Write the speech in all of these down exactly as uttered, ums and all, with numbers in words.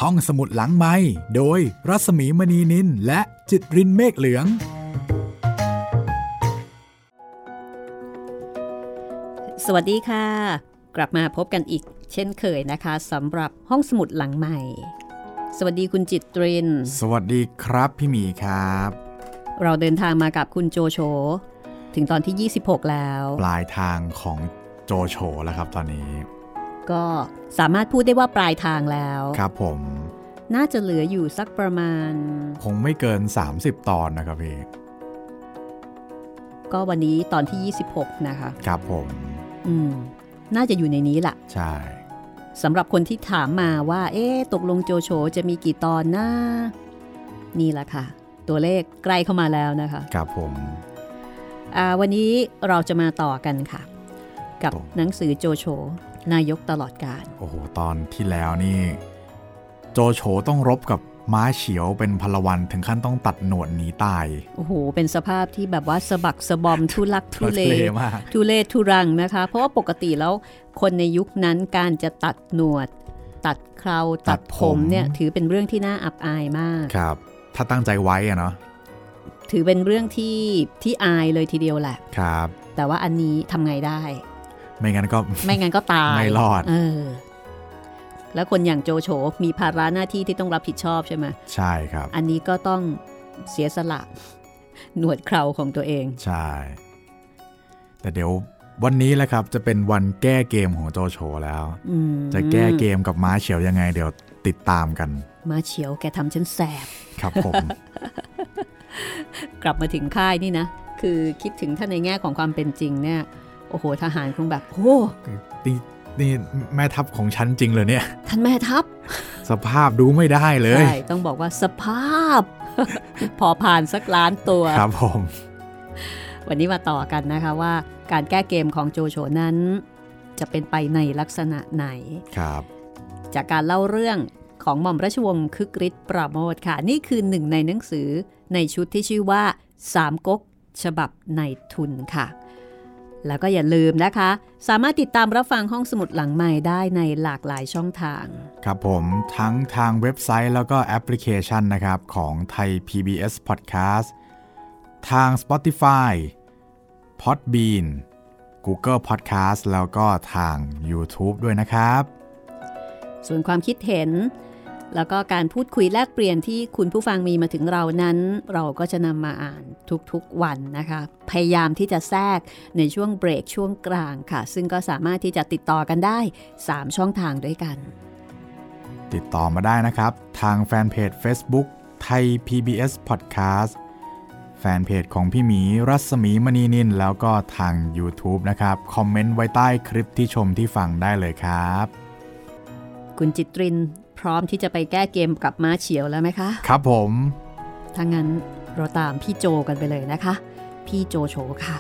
ห้องสมุดหลังไมค์โดยรัศมีมณีนินและจิตรินเมฆเหลืองสวัสดีค่ะกลับมาพบกันอีกเช่นเคยนะคะสำหรับห้องสมุดหลังใหม่สวัสดีคุณจิตรินสวัสดีครับพี่หมีครับเราเดินทางมากับคุณโจโฉถึงตอนที่ยี่สิบหกแล้วปลายทางของโจโฉแล้วครับตอนนี้ก็สามารถพูดได้ว่าปลายทางแล้วครับผมน่าจะเหลืออยู่สักประมาณคงไม่เกินสามสิบตอนนะครับพี่ก็วันนี้ตอนที่ยี่สิบหกนะคะครับผมอืมน่าจะอยู่ในนี้แหละใช่สำหรับคนที่ถามมาว่าเอ๊ะตกลงโจโฉจะมีกี่ตอนนะนี่แหละค่ะตัวเลขใกล้เข้ามาแล้วนะคะครับผมอ่าวันนี้เราจะมาต่อกันค่ะกับหนังสือโจโฉนายกตลอดกาลโอ้โหตอนที่แล้วนี่โจโฉต้องรบกับม้าเฉียวเป็นพลวันถึงขั้นต้องตัดหนวดหนีตายโอ้โหเป็นสภาพที่แบบว่าสะบักสะบอมทุลักทุเลทุเลทุรังนะคะเพราะว่าปกติแล้วคนในยุคนั้นการจะตัดหนวดตัดเคราตัดผมเนี่ยถือเป็นเรื่องที่น่าอับอายมากครับถ้าตั้งใจไว้อะเนาะถือเป็นเรื่องที่ที่อายเลยทีเดียวแหละครับแต่ว่าอันนี้ทำไงได้ไม่งั้นก็ไม่งั้นก็ตายไม่รอดเออแล้วคนอย่างโจโฉมีภาระหน้าที่ที่ต้องรับผิดชอบใช่ไหมใช่ครับอันนี้ก็ต้องเสียสละหนวดเคราของตัวเองใช่แต่เดี๋ยววันนี้แหละครับจะเป็นวันแก้เกมของโจโฉแล้วจะแก้เกมกับม้าเฉียวยังไงเดี๋ยวติดตามกันม้าเฉียวแกทำฉันแสบครับผมกลับมาถึงค่ายนี่นะคือคิดถึงถ้าในแง่ของความเป็นจริงเนี่ยโอ้โหทหารคงแบบโอ้นี่นี่แม่ทัพของฉันจริงเลยเนี่ยท่านแม่ทัพสภาพดูไม่ได้เลยใช่ต้องบอกว่าสภาพ พอผ่านสักล้านตัวครับผมวันนี้มาต่อกันนะคะว่าการแก้เกมของโจโฉนั้นจะเป็นไปในลักษณะไหนครับจากการเล่าเรื่องของหม่อมราชวงศ์คึกฤทธิ์ปราโมทค่ะนี่คือหนึ่งในหนังสือในชุดที่ชื่อว่าสามก๊กฉบับนายทุนค่ะแล้วก็อย่าลืมนะคะสามารถติดตามรับฟังห้องสมุดหลังใหม่ได้ในหลากหลายช่องทางครับผมทั้งทางเว็บไซต์แล้วก็แอปพลิเคชันนะครับของไทย พี บี เอส Podcast ทาง Spotify Podbean Google Podcast แล้วก็ทาง YouTube ด้วยนะครับส่วนความคิดเห็นแล้วก็การพูดคุยแลกเปลี่ยนที่คุณผู้ฟังมีมาถึงเรานั้นเราก็จะนำมาอ่านทุกๆวันนะคะพยายามที่จะแทรกในช่วงเบรกช่วงกลางค่ะซึ่งก็สามารถที่จะติดต่อกันได้สามช่องทางด้วยกันติดต่อมาได้นะครับทางแฟนเพจ Facebook ไทย พี บี เอส Podcast แฟนเพจของพี่หมีรัศมีมณีนินแล้วก็ทาง YouTube นะครับคอมเมนต์ไว้ใต้คลิปที่ชมที่ฟังได้เลยครับคุณจิตรินพร้อมที่จะไปแก้เกมกับม้าเฉียวแล้วไหมคะครับผมถ้างั้นเราตามพี่โจกันไปเลยนะคะพี่โจโฉค่ะ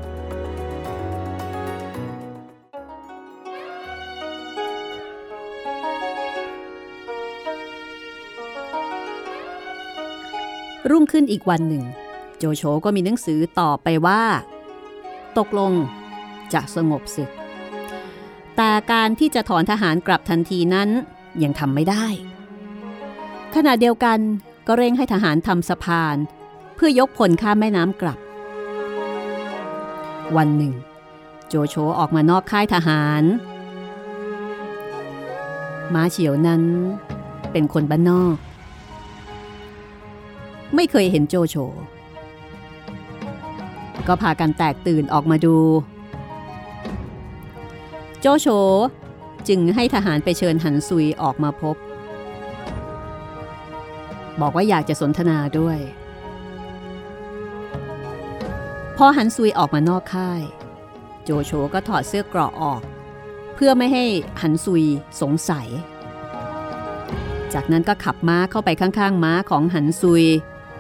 รุ่งขึ้นอีกวันหนึ่งโจโฉก็มีหนังสือตอบไปว่าตกลงจะสงบศึกแต่การที่จะถอนทหารกลับทันทีนั้นยังทำไม่ได้ขณะเดียวกันก็เร่งให้ทหารทำสะพานเพื่อยกพลข้ามแม่น้ำกลับวันหนึ่งโจโฉออกมานอกค่ายทหารม้าเฉียวนั้นเป็นคนบ้านนอกไม่เคยเห็นโจโฉก็พากันแตกตื่นออกมาดูโจโฉจึงให้ทหารไปเชิญหันซุยออกมาพบบอกว่าอยากจะสนทนาด้วยพอหันซุยออกมานอกค่ายโจโฉก็ถอดเสื้อเกราะออกเพื่อไม่ให้หันซุยสงสัยจากนั้นก็ขับม้าเข้าไปข้างๆม้าของหันซุย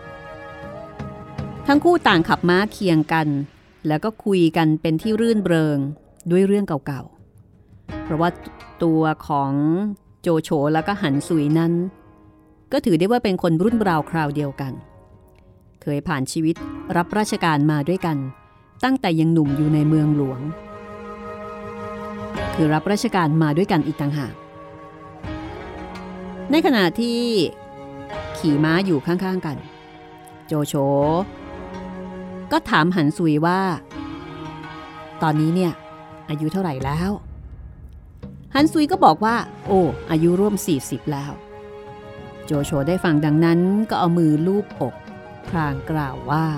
ทั้งคู่ต่างขับม้าเคียงกันแล้วก็คุยกันเป็นที่รื่นเริงด้วยเรื่องเก่าๆเพราะว่าตัวของโจโฉแล้วก็หันซุยนั้นก็ถือได้ว่าเป็นคนรุ่นราวคราวเดียวกันเคยผ่านชีวิตรับราชการมาด้วยกันตั้งแต่ยังหนุ่มอยู่ในเมืองหลวงคือรับราชการมาด้วยกันอีกต่างหากในขณะที่ขี่ม้าอยู่ข้างๆกันโจโฉก็ถามหันซุยว่าตอนนี้เนี่ยอายุเท่าไหร่แล้วหันซุยก็บอกว่าโอ้อายุร่วมสี่สิบแล้วโจโฉได้ฟังดังนั้นก็เอามือลูบอกพลางกล่าวว่า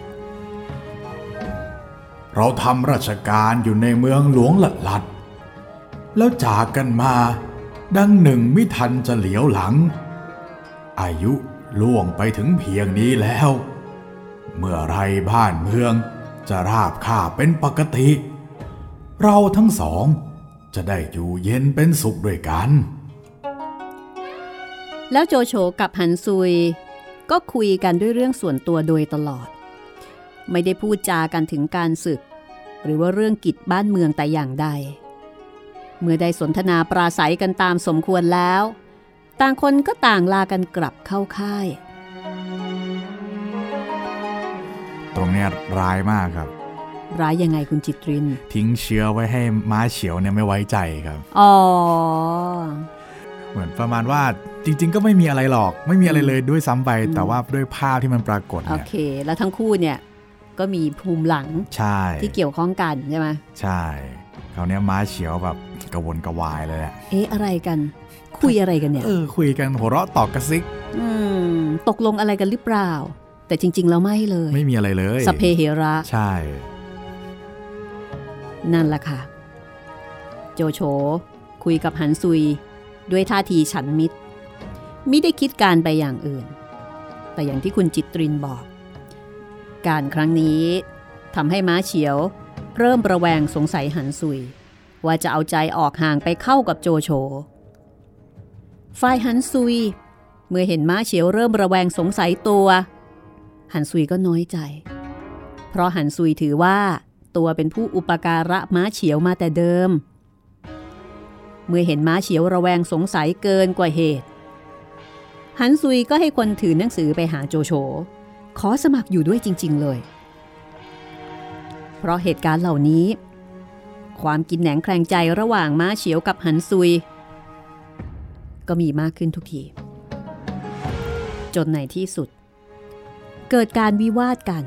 เราทำราชการอยู่ในเมืองหลวงหลัดๆแล้วจากกันมาดังหนึ่งไม่ทันจะเหลียวหลังอายุล่วงไปถึงเพียงนี้แล้วเมื่อไรบ้านเมืองจะราบคาบเป็นปกติเราทั้งสองจะได้อยู่เย็นเป็นสุขด้วยกันแล้วโจโฉกับหันซุยก็คุยกันด้วยเรื่องส่วนตัวโดยตลอดไม่ได้พูดจากันถึงการศึกหรือว่าเรื่องกิจบ้านเมืองแต่อย่างใดเมื่อได้สนทนาปราศัยกันตามสมควรแล้วต่างคนก็ต่างลากันกลับเข้าค่ายตรงนี้ร้ายมากครับร้ายยังไงคุณจิตรินทิ้งเชื้อไว้ให้ม้าเฉียวเนี่ยไม่ไว้ใจครับอ๋อเหมือนประมาณว่าจริงๆก็ไม่มีอะไรหรอกไม่มีอะไรเลยด้วยซ้ำไปแต่ว่าด้วยภาพที่มันปรากฏเนี่ยโอเคแล้วทั้งคู่เนี่ยก็มีภูมิหลังใช่ที่เกี่ยวข้องกันใช่ไหมใช่คราวนี้ม้าเฉียวแบบกระวนกระวายเลยแหละเอ๊ะอะไรกันคุยอะไรกันเนี่ยเออคุยกันหัวเราะตอกกระซิกอืมตกลงอะไรกันหรือเปล่าแต่จริงๆแล้วไม่เลยไม่มีอะไรเลยสัพเพเหระใช่นั่นแหละค่ะโจโฉคุยกับหันซุยด้วยท่าทีฉันมิตรมิได้คิดการไปอย่างอื่นแต่อย่างที่คุณจิตรินบอกการครั้งนี้ทำให้ม้าเฉียวเริ่มระแวงสงสัยหันซุยว่าจะเอาใจออกห่างไปเข้ากับโจโฉฝ่ายหันซุยเมื่อเห็นม้าเฉียวเริ่มระแวงสงสัยตัวหันซุยก็น้อยใจเพราะหันซุยถือว่าตัวเป็นผู้อุปการะม้าเฉียวมาแต่เดิมเมื่อเห็นม้าเฉียวระแวงสงสัยเกินกว่าเหตุหันซุยก็ให้คนถือหนังสือไปหาโจโฉขอสมัครอยู่ด้วยจริงๆเลยเพราะเหตุการณ์เหล่านี้ความกินแหนงแคลงใจระหว่างม้าเฉียวกับหันซุยก็มีมากขึ้นทุกทีจนในที่สุดเกิดการวิวาทกัน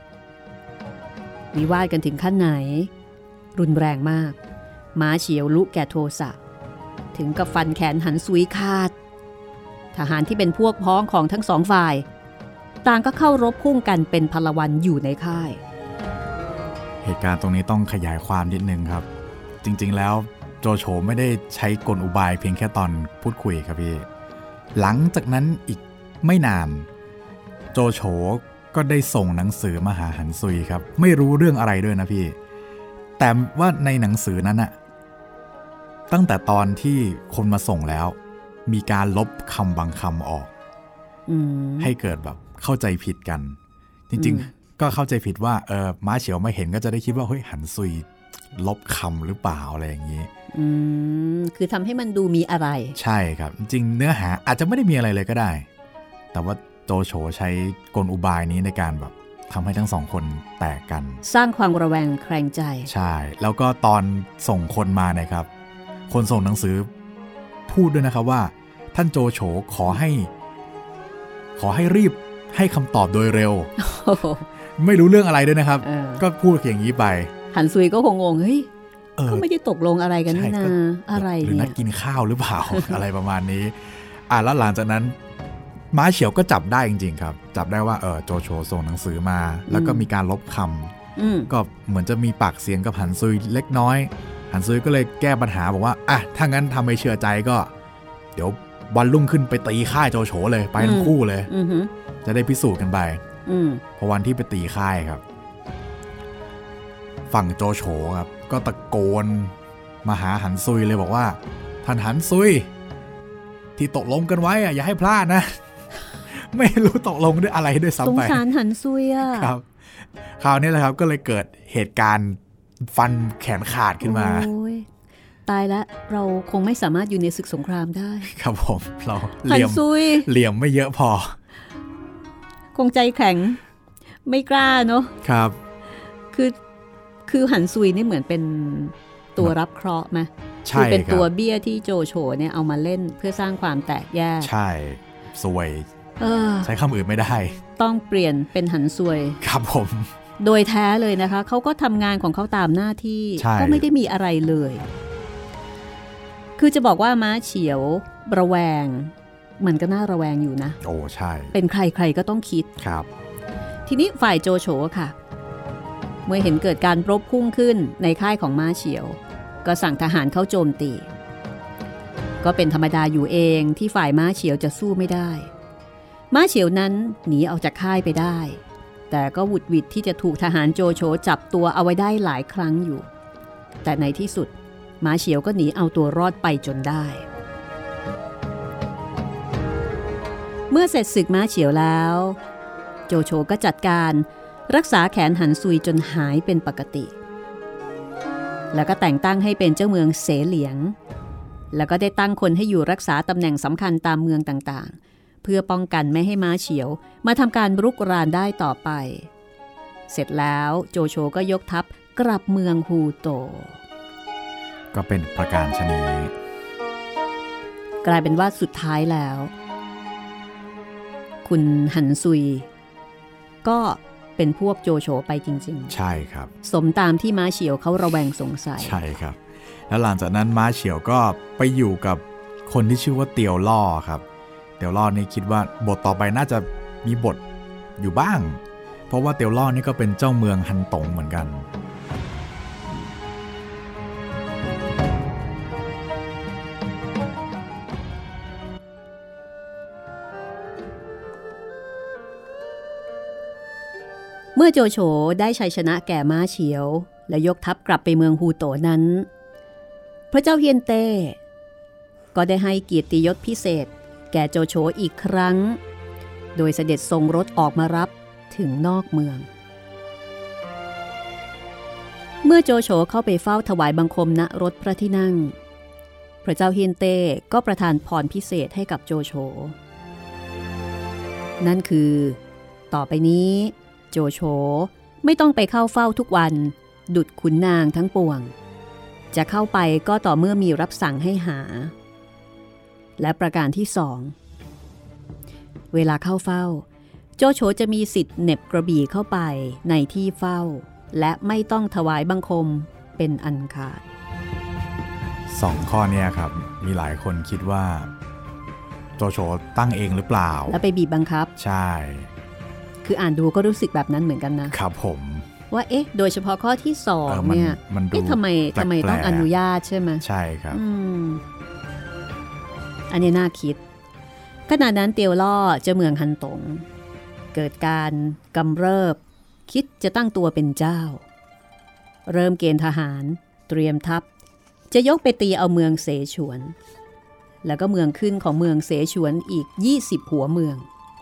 วิวาทกันถึงขั้นไหนรุนแรงมากม้าเฉียวลุแก่โทสะถึงกับฟันแขนหันซุยขาดทหารที่เป็นพวกพ้องของทั้งสองฝ่ายต่างก็เข้ารบพุ่งกันเป็นพลวันอยู่ในค่ายเหตุการณ์ตรงนี้ต้องขยายความนิดนึงครับจริงๆแล้วโจโฉไม่ได้ใช้กลอุบายเพียงแค่ตอนพูดคุยครับพี่หลังจากนั้นอีกไม่นานโจโฉก็ได้ส่งหนังสือมาหาหันซุยครับไม่รู้เรื่องอะไรด้วยนะพี่แต่ว่าในหนังสือนั้นอะตั้งแต่ตอนที่คนมาส่งแล้วมีการลบคำบางคำออกให้เกิดแบบเข้าใจผิดกันจริงๆก็เข้าใจผิดว่าเออม้าเฉียวไม่เห็นก็จะได้คิดว่าเฮ้ยหันซุยลบคำหรือเปล่าอะไรอย่างนี้อืมคือทำให้มันดูมีอะไรใช่ครับจริงเนื้อหาอาจจะไม่ได้มีอะไรเลยก็ได้แต่ว่าโจโฉใช้กลอุบายนี้ในการแบบทำให้ทั้งสองคนแตกกันสร้างความระแวงแคลงใจใช่แล้วก็ตอนส่งคนมานะครับคนส่งหนังสือพูดด้วยนะครับว่าท่านโจโฉขอให้ขอให้รีบให้คำตอบโดยเร็ว ไม่รู้เรื่องอะไรด้วยนะครับก็พูดอย่างนี้ไปหันซุยก็คงงงเฮ้ยก็ไม่ได้ตกลงอะไรกันนี่นะอะไรเนี่ยหรือนัดกินข้าวหรือเปล่า อะไรประมาณนี้อ่ะแล้วหลังจากนั้นม้าเฉียวก็จับได้จริงๆครับจับได้ว่าเออโจโฉส่งหนังสือมาแล้วก็มีการลบคำก็เหมือนจะมีปากเสียงกับหันซุยเล็กน้อยหันซุยก็เลยแก้ปัญหาบอกว่าอ่ะถ้างั้นทำให้เชื่อใจก็เดี๋ยววันรุ่งขึ้นไปตีค่ายโจโฉเลยไปทั้งคู่เลยจะได้พิสูจน์กันไปพอวันที่ไปตีค่ายครับฝั่งโจโฉครับก็ตะโกนมาหาหันซุยเลยบอกว่าท่านหันซุยที่ตกลงกันไว้อ่ะอย่าให้พลาดนะ ไม่รู้ตกลงด้วยอะไรด้วยซ้ำไปสงสารหันซุยอ่ะครับคราวนี้แหละครับก็เลยเกิดเหตุการณ์ฟันแขนขาดขึ้นมาตายแล้วเราคงไม่สามารถอยู่ในศึกสงครามได้ครับผมเราเหลี่ยมเหลี่ยมไม่เยอะพอคงใจแข็งไม่กล้าเนอะครับคือคือหันซุยนี่เหมือนเป็นตัวรับเคราะห์ไหมคือเป็นตัวเบี้ยที่โจโฉเนี่ยเอามาเล่นเพื่อสร้างความแตกแยกใช่ซวยใช้คำอื่นไม่ได้ต้องเปลี่ยนเป็นหันซวยครับผมโดยแท้เลยนะคะเขาก็ทำงานของเขาตามหน้าที่ก็ไม่ได้มีอะไรเลยคือจะบอกว่าม้าเฉียวระแวงมันก็น่าระแวงอยู่นะโอ้ใช่เป็นใครใครก็ต้องคิดครับทีนี้ฝ่ายโจโฉค่ะเมื่อเห็นเกิดการรบพุ่งขึ้นในค่ายของม้าเฉียวก็สั่งทหารเข้าโจมตีก็เป็นธรรมดาอยู่เองที่ฝ่ายม้าเฉียวจะสู้ไม่ได้ม้าเฉียวนั้นหนีออกจากค่ายไปได้แต่ก็หวุดหวิดที่จะถูกทหารโจโฉจับตัวเอาไว้ได้หลายครั้งอยู่แต่ในที่สุดม้าเฉียวก็หนีเอาตัวรอดไปจนได้เมื่อเสร็จศึกม้าเฉียวแล้วโจโฉก็จัดการรักษาแขนหันซุยจนหายเป็นปกติแล้วก็แต่งตั้งให้เป็นเจ้าเมืองเสเหลียงแล้วก็ได้ตั้งคนให้อยู่รักษาตำแหน่งสำคัญตามเมืองต่างๆเพื่อป้องกันไม่ให้ม้าเฉียวมาทำการรุกรานได้ต่อไปเสร็จแล้วโจโฉก็ยกทัพกลับเมืองฮูโตก็เป็นประการฉะนี้กลายเป็นว่าสุดท้ายแล้วคุณหันซุยก็เป็นพวกโจโฉไปจริงๆใช่ครับสมตามที่ม้าเฉียวเขาระแวงสงสัยใช่ครับแล้วหลังจากนั้นม้าเฉียวก็ไปอยู่กับคนที่ชื่อว่าเตียวล่อครับเตียวล่อนี่คิดว่าบทต่อไปน่าจะมีบทอยู่บ้างเพราะว่าเตียวล่อนี่ก็เป็นเจ้าเมืองฮันตงเหมือนกันเมื่อโจโฉได้ชัยชนะแก่ม้าเฉียวและยกทัพกลับไปเมืองฮูโตนั้นพระเจ้าเฮียนเต้ก็ได้ให้เกียรติยศพิเศษแก่โจโฉอีกครั้งโดยเสด็จทรงรถออกมารับถึงนอกเมืองเมื่อโจโฉเข้าไปเฝ้าถวายบังคมณรถพระที่นั่งพระเจ้าเฮียนเต้ก็ประทานพรพิเศษให้กับโจโฉนั่นคือต่อไปนี้โจโฉไม่ต้องไปเข้าเฝ้าทุกวันดุจขุนนางทั้งปวงจะเข้าไปก็ต่อเมื่อมีรับสั่งให้หาและประการที่สองเวลาเข้าเฝ้าโจโฉจะมีสิทธิ์เหน็บกระบี่เข้าไปในที่เฝ้าและไม่ต้องถวายบังคมเป็นอันขาดสองข้อนี้ครับมีหลายคนคิดว่าโจโฉตั้งเองหรือเปล่าแล้วไปบีบบังคับใช่คืออ่านดูก็รู้สึกแบบนั้นเหมือนกันนะครับผมว่าเอ๊ะโดยเฉพาะข้อที่สองเนี่ยเอ๊ะทำไมทำไมต้องอนุญาตใช่ไหมใช่ครับอืมอันนี้น่าคิดขณะนั้นเตียวล่อเจ้าเมืองฮันตงเกิดการกำเริบคิดจะตั้งตัวเป็นเจ้าเริ่มเกณฑ์ทหารเตรียมทัพจะยกไปตีเอาเมืองเสฉวนแล้วก็เมืองขึ้นของเมืองเสฉวนอีกยี่สิบหัวเมือง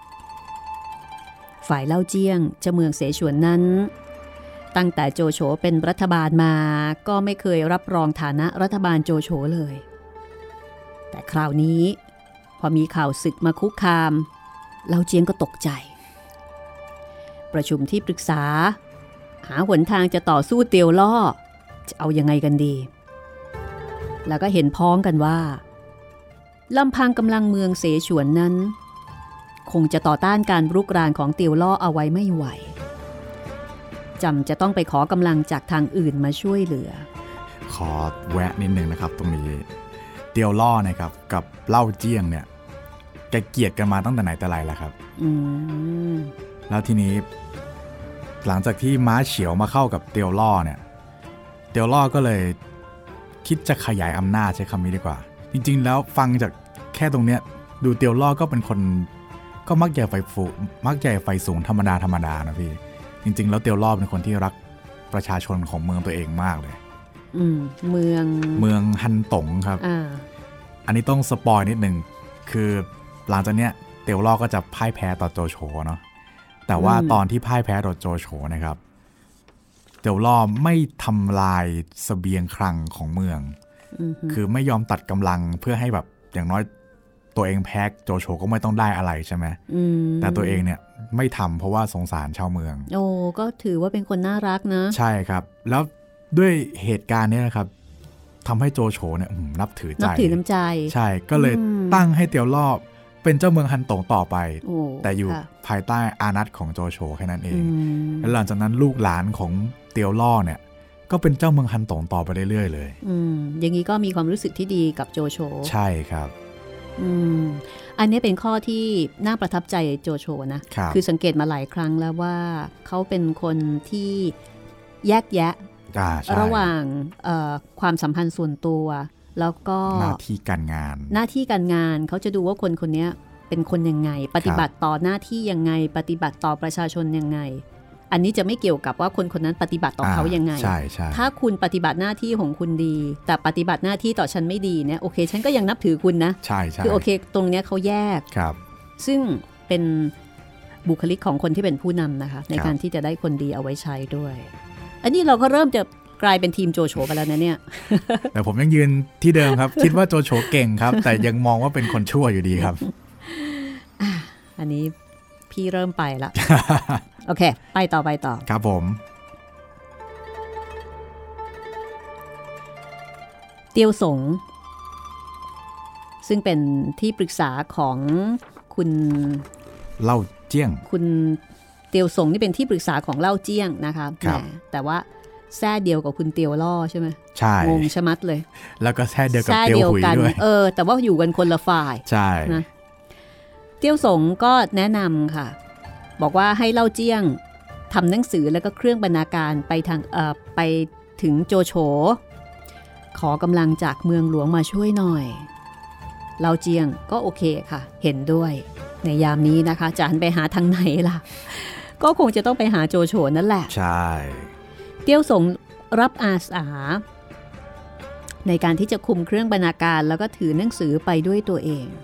ฝ่ายเล่าเจี้ยงเจ้าเมืองเสฉวนนั้นตั้งแต่โจโฉเป็นรัฐบาลมาก็ไม่เคยรับรองฐานะรัฐบาลโจโฉเลยแต่คราวนี้พอมีข่าวศึกมาคุกคามเล่าเจี้ยงก็ตกใจประชุมที่ปรึกษาหาหนทางจะต่อสู้เตียวล่อจะเอายังไงกันดีแล้วก็เห็นพ้องกันว่าลำพังกำลังเมืองเสฉวนนั้นคงจะต่อต้านการรุกรานของเตียวล่อเอาไว้ไม่ไหวจำจะต้องไปขอกำลังจากทางอื่นมาช่วยเหลือขอแวะนิดนึงนะครับตรงนี้เตียวล่อนะครับกับเล่าเจี้ยงเนี่ยแกเกลียดกันมาตั้งแต่ไหนแต่ไรแล้วครับอืมแล้วทีนี้หลังจากที่ม้าเฉียวมาเข้ากับเตียวล่อเนี่ยเตียวล่อก็เลยคิดจะขยายอำนาจใช้คำนี้ดีกว่าจริงๆแล้วฟังจากแค่ตรงเนี้ยดูเตียวล่อก็เป็นคนก็มักใหญ่ไฟฟูมักใหญ่ไฟสูงธรรมดาธรรมดานะพี่จริงๆแล้วเตียวล่อเป็นคนที่รักประชาชนของเมืองตัวเองมากเลยอืมเมืองเมืองฮันตงครับอ่าอันนี้ต้องสปอยนิดนึงคือหลังจากเนี้ยเตียวล่อก็จะพ่ายแพ้ต่อโจโฉเนาะแต่ว่าตอนที่พ่ายแพ้ต่อโจโฉนะครับเตียวล่อไม่ทำลายเสบียงคลังของเมืองคือไม่ยอมตัดกำลังเพื่อให้แบบอย่างน้อยตัวเองแพ้โจโฉก็ไม่ต้องได้อะไรใช่ไหมแต่ตัวเองเนี่ยไม่ทำเพราะว่าสงสารชาวเมืองโอ้ก็ถือว่าเป็นคนน่ารักนะใช่ครับแล้วด้วยเหตุการณ์นี้นะครับทำให้โจโฉเนี่ยนับถือใจนับถือน้ำใจใช่ก็เลยตั้งให้เตียวล่อเป็นเจ้าเมืองฮันโตงต่อไปแต่อยู่ภายใต้อานัตของโจโฉแค่นั้นเองแล้วหลังจากนั้นลูกหลานของเตียวล่อเนี่ยก็เป็นเจ้าเมืองฮันโตงต่อไปเรื่อยๆเลยอืมอย่างนี้ก็มีความรู้สึกที่ดีกับโจโฉใช่ครับอืมอันนี้เป็นข้อที่น่าประทับใจโจโฉนะค, คือสังเกตมาหลายครั้งแล้วว่าเขาเป็นคนที่แยกแยะระหว่างความสัมพันธ์ส่วนตัวแล้วก็หน้าที่การงานหน้าที่การงานเขาจะดูว่าคนคนนี้เป็นคนยังไงปฏิบัติต่อหน้าที่ยังไงปฏิบัติต่อประชาชนยังไงอันนี้จะไม่เกี่ยวกับว่าคนคนนั้นปฏิบัติต่อเขายังไงถ้าคุณปฏิบัติหน้าที่ของคุณดีแต่ปฏิบัติหน้าที่ต่อฉันไม่ดีเนี่ยโอเคฉันก็ยังนับถือคุณนะใช่ใช่คือโอเคตรงเนี้ยเขาแยกซึ่งเป็นบุคลิกของคนที่เป็นผู้นำนะคะในการที่จะได้คนดีเอาไว้ใช้ด้วยอันนี้เราก็เริ่มจะกลายเป็นทีมโจโฉกันแล้วนะเนี่ยแต่ผมยังยืนที่เดิมครับ คิดว่าโจโฉเก่งครับแต่ยังมองว่าเป็นคนชั่วอยู่ดีครับอันนี้พี่เริ่มไปละ โอเคไปต่อไปต่อครับผมเตียวสงซึ่งเป็นที่ปรึกษาของคุณเล่าเจี้ยงคุณเตียวสงนี่เป็นที่ปรึกษาของเล่าเจี้ยงนะคะแต่ว่าแท้เดียวกับคุณเตียวล่อใช่ไหมใช่งงชะมัดเลยแล้วก็แท้เดียวกับเตียวหุยด้วยเออแต่ว่าอยู่กันคนละฝ่ายใช่นะเตียวสงก็แนะนำค่ะบอกว่าให้เล่าเจี้ยงทำหนังสือแล้วก็เครื่องบรรณาการไปทางเอ่อไปถึงโจโฉขอกำลังจากเมืองหลวงมาช่วยหน่อยเล่าเจี้ยงก็โอเคค่ะเห็นด้วยในยามนี้นะคะจะหันไปหาทางไหนล่ะก็คงจะต้องไปหาโจโฉนั่นแหละใช่เตียวสงรับอาสาในการที่จะคุมเครื่องบรรณาการแล้วก็ถือหนังสือไปด้วยตัวเอง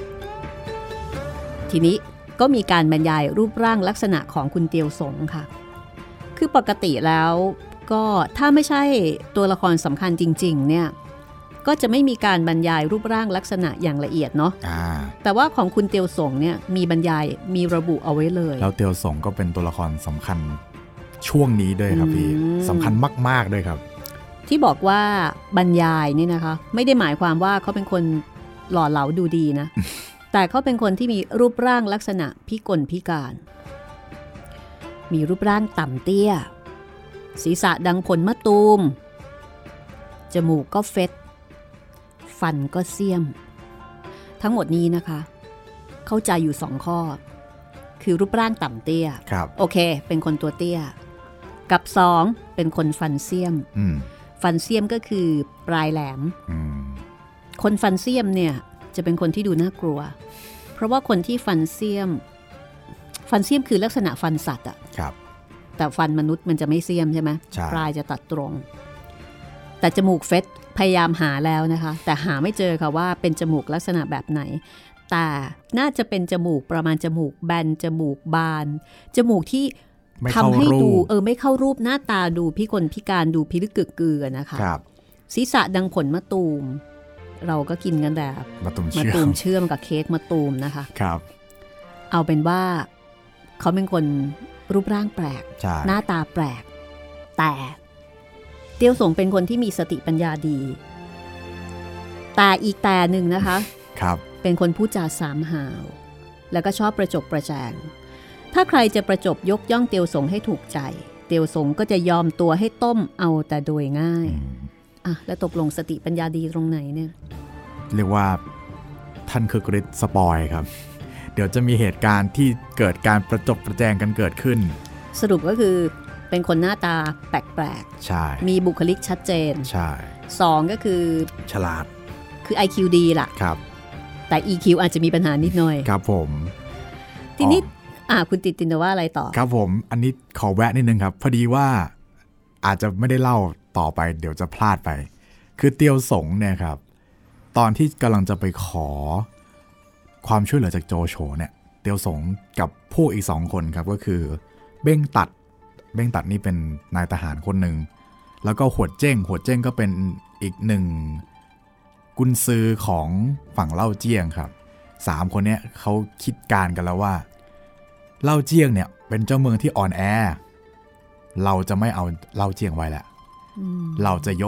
ทีนี้ก็มีการบรรยายรูปร่างลักษณะของคุณเตียวสงค่ะคือปกติแล้วก็ถ้าไม่ใช่ตัวละครสำคัญจริงๆเนี่ยก็จะไม่มีการบรรยายรูปร่างลักษณะอย่างละเอียดเนาะแต่ว่าของคุณเตียวสงเนี่ยมีบรรยายมีระบุเอาไว้เลยแล้วเตียวสงก็เป็นตัวละครสำคัญช่วงนี้ด้วยครับพี่สำคัญมากๆด้วยครับที่บอกว่าบรรยายนี่นะคะไม่ได้หมายความว่าเขาเป็นคนหล่อเหลาดูดีนะ แต่เขาเป็นคนที่มีรูปร่างลักษณะพิกลพิการมีรูปร่างต่ำเตี้ยศีรษะดังผลมะตูมจมูกก็เฟ็ดฟันก็เสี้ยมทั้งหมดนี้นะคะเข้าใจอยู่สองข้อคือรูปร่างต่ำเตี้ยโอเคเป็นคนตัวเตี้ยกับสองเป็นคนฟันเสี้ยมฟันเสี้ยมก็คือปลายแหลมคนฟันเสี้ยมเนี่ยจะเป็นคนที่ดูน่ากลัวเพราะว่าคนที่ฟันเสี้ยมฟันเสี้ยมคือลักษณะฟันสัตว์อะแต่ฟันมนุษย์มันจะไม่เสี้ยมใช่ไหมปลายจะตัดตรงแต่จมูกเฟ็ดพยายามหาแล้วนะคะแต่หาไม่เจอค่ะว่าเป็นจมูกลักษณะแบบไหนแต่น่าจะเป็นจมูกประมาณจมูกแบนจมูกบานจมูกที่ทำให้ดูเออไม่เข้ารูปหน้าตาดูพิกลพิการดูพิลึกกึกกือนะคะศีรษะดังผลมะตูมเราก็กินกันแบบมะตูมเชื่อมกับเค้กมะตูมนะคะครับเอาเป็นว่าเขาเป็นคนรูปร่างแปลกหน้าตาแปลกแต่เตียวสงเป็นคนที่มีสติปัญญาดีแต่อีกแต่หนึ่งนะคะครับเป็นคนพูดจาสามหาวแล้วก็ชอบประจบประแจงถ้าใครจะประจบยกย่องเตียวสงให้ถูกใจเตียวสงก็จะยอมตัวให้ต้มเอาแต่โดยง่ายอ่ะแล้วตกลงสติปัญญาดีตรงไหนเนี่ยเรียกว่าท่านคือกริชสปอยครับเดี๋ยวจะมีเหตุการณ์ที่เกิดการประจบประแจงกันเกิดขึ้นสรุปก็คือเป็นคนหน้าตาแปลกๆใช่มีบุคลิกชัดเจนใช่สองก็คือฉลาดคือ ไอ คิว ดีล่ะครับแต่ อี คิว อาจจะมีปัญหานิดหน่อยครับผมทีนี้อ่ะคุณติดตินว่าอะไรต่อครับผมอันนี้ขอแวะนิดนึงครับพอดีว่าอาจจะไม่ได้เล่าต่อไปเดี๋ยวจะพลาดไปคือเตียวสงเนี่ยครับตอนที่กำลังจะไปขอความช่วยเหลือจากโจโฉเนี่ยเตียวสงกับพวกอีกสองคนครับก็คือเบ้งตัดเบ้งตัดนี่เป็นนายทหารคนหนึ่งแล้วก็หัวเจ้งหัวเจ้งก็เป็นอีกหนึ่งกุนซือของฝั่งเล่าเจี้ยงครับสามคนเนี้ยเขาคิดการกันแล้วว่าเล่าเจี้ยงเนี่ยเป็นเจ้าเมืองที่อ่อนแอเราจะไม่เอาเล่าเจี้ยงไว้แหละเราจะยก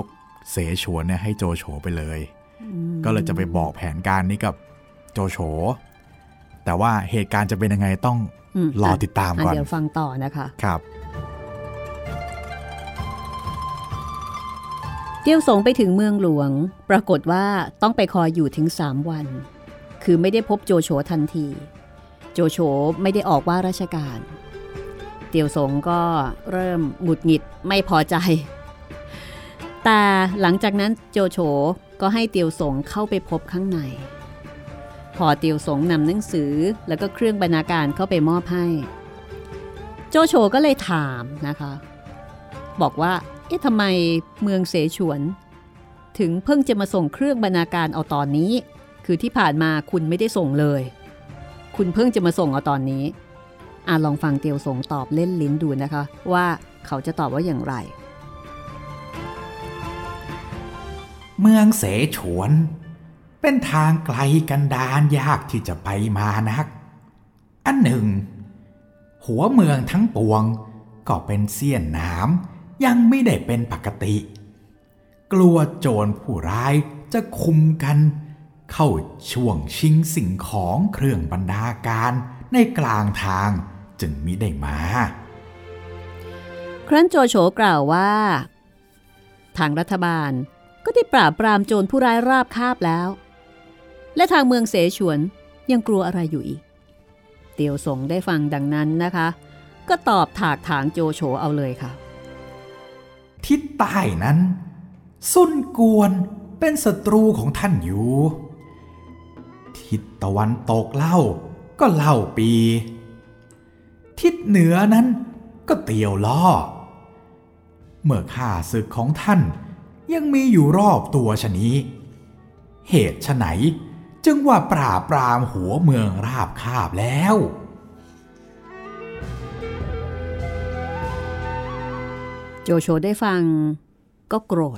เสฉวนเนี่ยให้โจโฉไปเลยก็เลยจะไปบอกแผนการนี้กับโจโฉแต่ว่าเหตุการณ์จะเป็นยังไงต้องรอติดตามก่อนเดี๋ยวฟังต่อนะคะครับเตี้ยวสงไปถึงเมืองหลวงปรากฏว่าต้องไปคอยอยู่ถึงสามวันคือไม่ได้พบโจโฉทันทีโจโฉไม่ได้ออกว่าราชการเตี้ยวสงก็เริ่มหงุดหงิดไม่พอใจแต่หลังจากนั้นโจโฉก็ให้เตี้ยวสงเข้าไปพบข้างในพอเตี้ยวสงนำหนังสือแล้วก็เครื่องบรรณาการเข้าไปมอบให้โจโฉก็เลยถามนะคะบอกว่าเอ๊ะทำไมเมืองเสฉวนถึงเพิ่งจะมาส่งเครื่องบรรณาการเอาตอนนี้คือที่ผ่านมาคุณไม่ได้ส่งเลยคุณเพิ่งจะมาส่งเอาตอนนี้อ่ะลองฟังเตียวสงตอบเล่นลิ้นดูนะคะว่าเขาจะตอบว่าอย่างไรเมืองเสฉวนเป็นทางไกลกันดารยากที่จะไปมานักอันหนึ่งหัวเมืองทั้งปวงก็เป็นเสี้ยนน้ำยังไม่ได้เป็นปกติกลัวโจรผู้ร้ายจะคุมกันเข้าช่วงชิงสิ่งของเครื่องบรรณาการในกลางทางจึงมิได้มาครั้นโจโฉกล่าวว่าทางรัฐบาลก็ได้ปราบปรามโจรผู้ร้ายราบคาบแล้วและทางเมืองเสฉวนยังกลัวอะไรอยู่อีกเตียวสงได้ฟังดังนั้นนะคะก็ตอบถากถางโจโฉเอาเลยค่ะทิศใต้นั้นซุนกวนเป็นศัตรูของท่านอยู่ทิศตะวันตกเล่าก็เล่าปีทิศเหนือนั้นก็เตียวล่อเมื่อข้าศึกของท่านยังมีอยู่รอบตัวชะนี้เหตุไฉนจึงว่าปราบปรามหัวเมืองราบคาบแล้วโจโฉได้ฟังก็โกรธ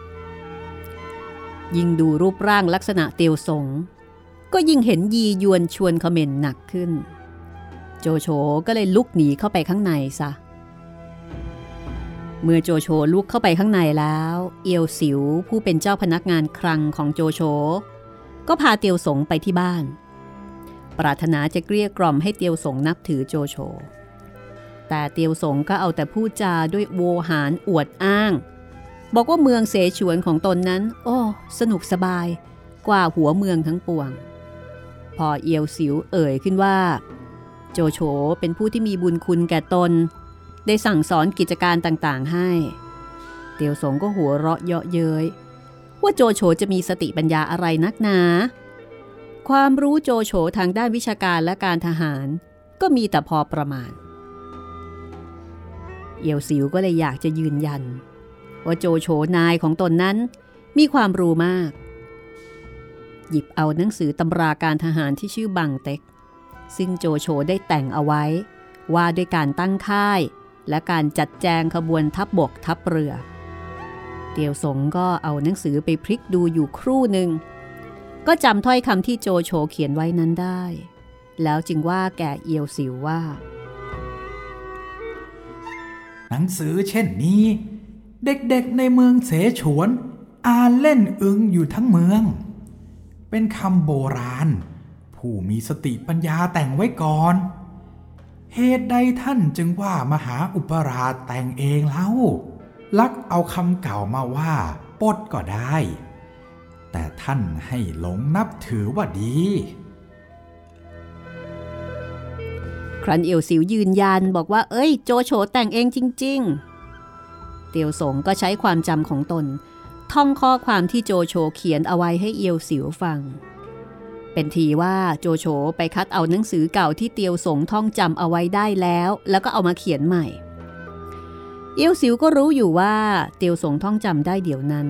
ยิ่งดูรูปร่างลักษณะเตียวสงก็ยิ่งเห็นยียวนชวนเขม่นหนักขึ้นโจโฉก็เลยลุกหนีเข้าไปข้างในซะเมื่อโจโฉลุกเข้าไปข้างในแล้วเอียวสิวผู้เป็นเจ้าพนักงานคลังของโจโฉก็พาเตียวสงไปที่บ้านปรารถนาจะเกลี้ยกล่อมให้เตียวสงนับถือโจโฉแต่เตียวสงก็เอาแต่พูดจาด้วยโวหารอวดอ้างบอกว่าเมืองเสฉวนของตนนั้นโอ้สนุกสบายกว่าหัวเมืองทั้งปวงพอเอียวสิวเอ่ยขึ้นว่าโจโฉเป็นผู้ที่มีบุญคุณแก่ตนได้สั่งสอนกิจการต่างๆให้เตียวสงก็หัวเราะเยาะเย้ยว่าโจโฉจะมีสติปัญญาอะไรนักหนาความรู้โจโฉทางด้านวิชาการและการทหารก็มีแต่พอประมาณเอียวสิวก็เลยอยากจะยืนยันว่าโจโฉนายของตนนั้นมีความรู้มากหยิบเอาหนังสือตำราการทหารที่ชื่อบังเต็กซึ่งโจโฉได้แต่งเอาไว้ว่าด้วยการตั้งค่ายและการจัดแจงขบวนทัพบกทัพเรือเตียวสงก็เอาหนังสือไปพลิกดูอยู่ครู่หนึ่งก็จำถ้อยคำที่โจโฉเขียนไว้นั้นได้แล้วจึงว่าแก่เอียวสิวว่าหนังสือเช่นนี้เด็กๆในเมืองเสฉวนอ่านเล่นอึงอยู่ทั้งเมืองเป็นคำโบราณผู้มีสติปัญญาแต่งไว้ก่อนเหตุใดท่านจึงว่ามหาอุปราชแต่งเองเล่าลักเอาคำเก่ามาว่าปดก็ได้แต่ท่านให้หลงนับถือว่าดีครั้นเอียวสิวยืนยันบอกว่าเอ้ยโจโฉแต่งเองจริงๆเตียวสงก็ใช้ความจำของตนท่องข้อความที่โจโฉเขียนเอาไว้ให้เอียวสิวฟังเป็นทีว่าโจโฉไปคัดเอาหนังสือเก่าที่เตียวสงท่องจำเอาไว้ได้แล้วแล้วก็เอามาเขียนใหม่เอียวสิวก็รู้อยู่ว่าเตียวสงท่องจำได้เดี๋ยวนั้น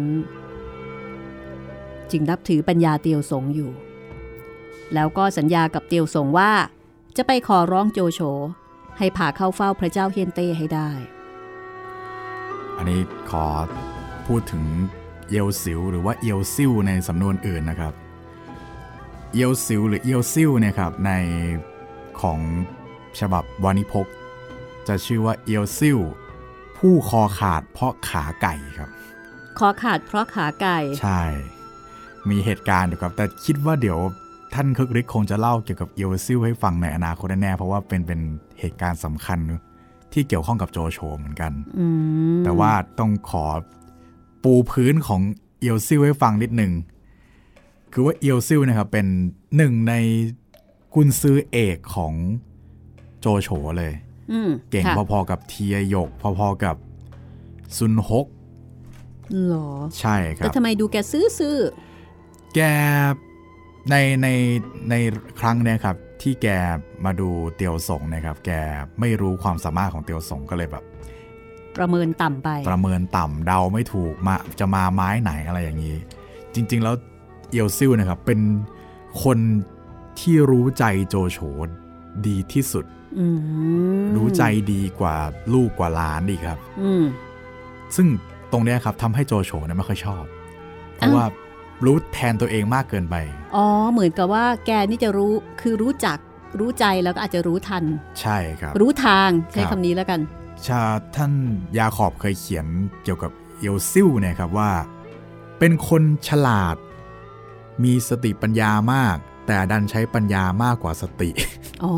จึงนับถือปัญญาเตียวสงอยู่แล้วก็สัญญากับเตียวสงว่าจะไปขอร้องโจโฉให้พาเข้าเฝ้าพระเจ้าเฮียนเต้ให้ได้อันนี้ขอพูดถึงเอียวสิวหรือว่าเอียวซิ่วในสำนวนอื่นนะครับเอียวสิวหรือเอียวซิ่วเนี่ยครับในของฉบับวานิพกษ์จะชื่อว่าเอียวซิ่วผู้คอขาดเพราะขาไก่ครับคอขาดเพราะขาไก่ใช่มีเหตุการณ์อยู่ครับแต่คิดว่าเดี๋ยวท่านคึกฤทธิ์คงจะเล่าเกี่ยวกับเอียวซิ่วให้ฟังในอนาคตแน่ๆเพราะว่าเป็นเป็นเหตุการณ์สำคัญที่เกี่ยวข้องกับโจโฉเหมือนกันแต่ว่าต้องขอปูพื้นของเอียวซิ่วให้ฟังนิดนึงคือว่าเอียวซิ่วนะครับเป็นหนึ่งในกุนซือเอกของโจโฉเลยเก่งพอๆกับเทียหยกพอๆกับซุนฮกหรอใช่ครับแต่ทำไมดูแกซื่อๆแกในในในครั้งนี้ครับที่แกมาดูเตียวสงนะครับแกไม่รู้ความสามารถของเตียวสงก็เลยแบบประเมินต่ำไปประเมินต่ำเดาไม่ถูกมาจะมาไม้ไหนอะไรอย่างนี้จริงๆแล้วเอียวซิ่วนะครับเป็นคนที่รู้ใจโจโฉดีที่สุดรู้ใจดีกว่าลูกกว่าหลานอีกครับซึ่งตรงนี้ครับทำให้โจโฉเนี่ยไม่ค่อยชอบเพราะว่ารู้แทนตัวเองมากเกินไปอ๋อเหมือนกับว่าแกนี่จะรู้คือรู้จักรู้ใจแล้วก็อาจจะรู้ทันใช่ครับรู้ทางใช้คำนี้แล้วกันชาท่านยาขอบเคยเขียนเกี่ยวกับเอียวซิ่วเนี่ยครับว่าเป็นคนฉลาดมีสติปัญญามากแต่ดันใช้ปัญญามากกว่าสติอ๋อ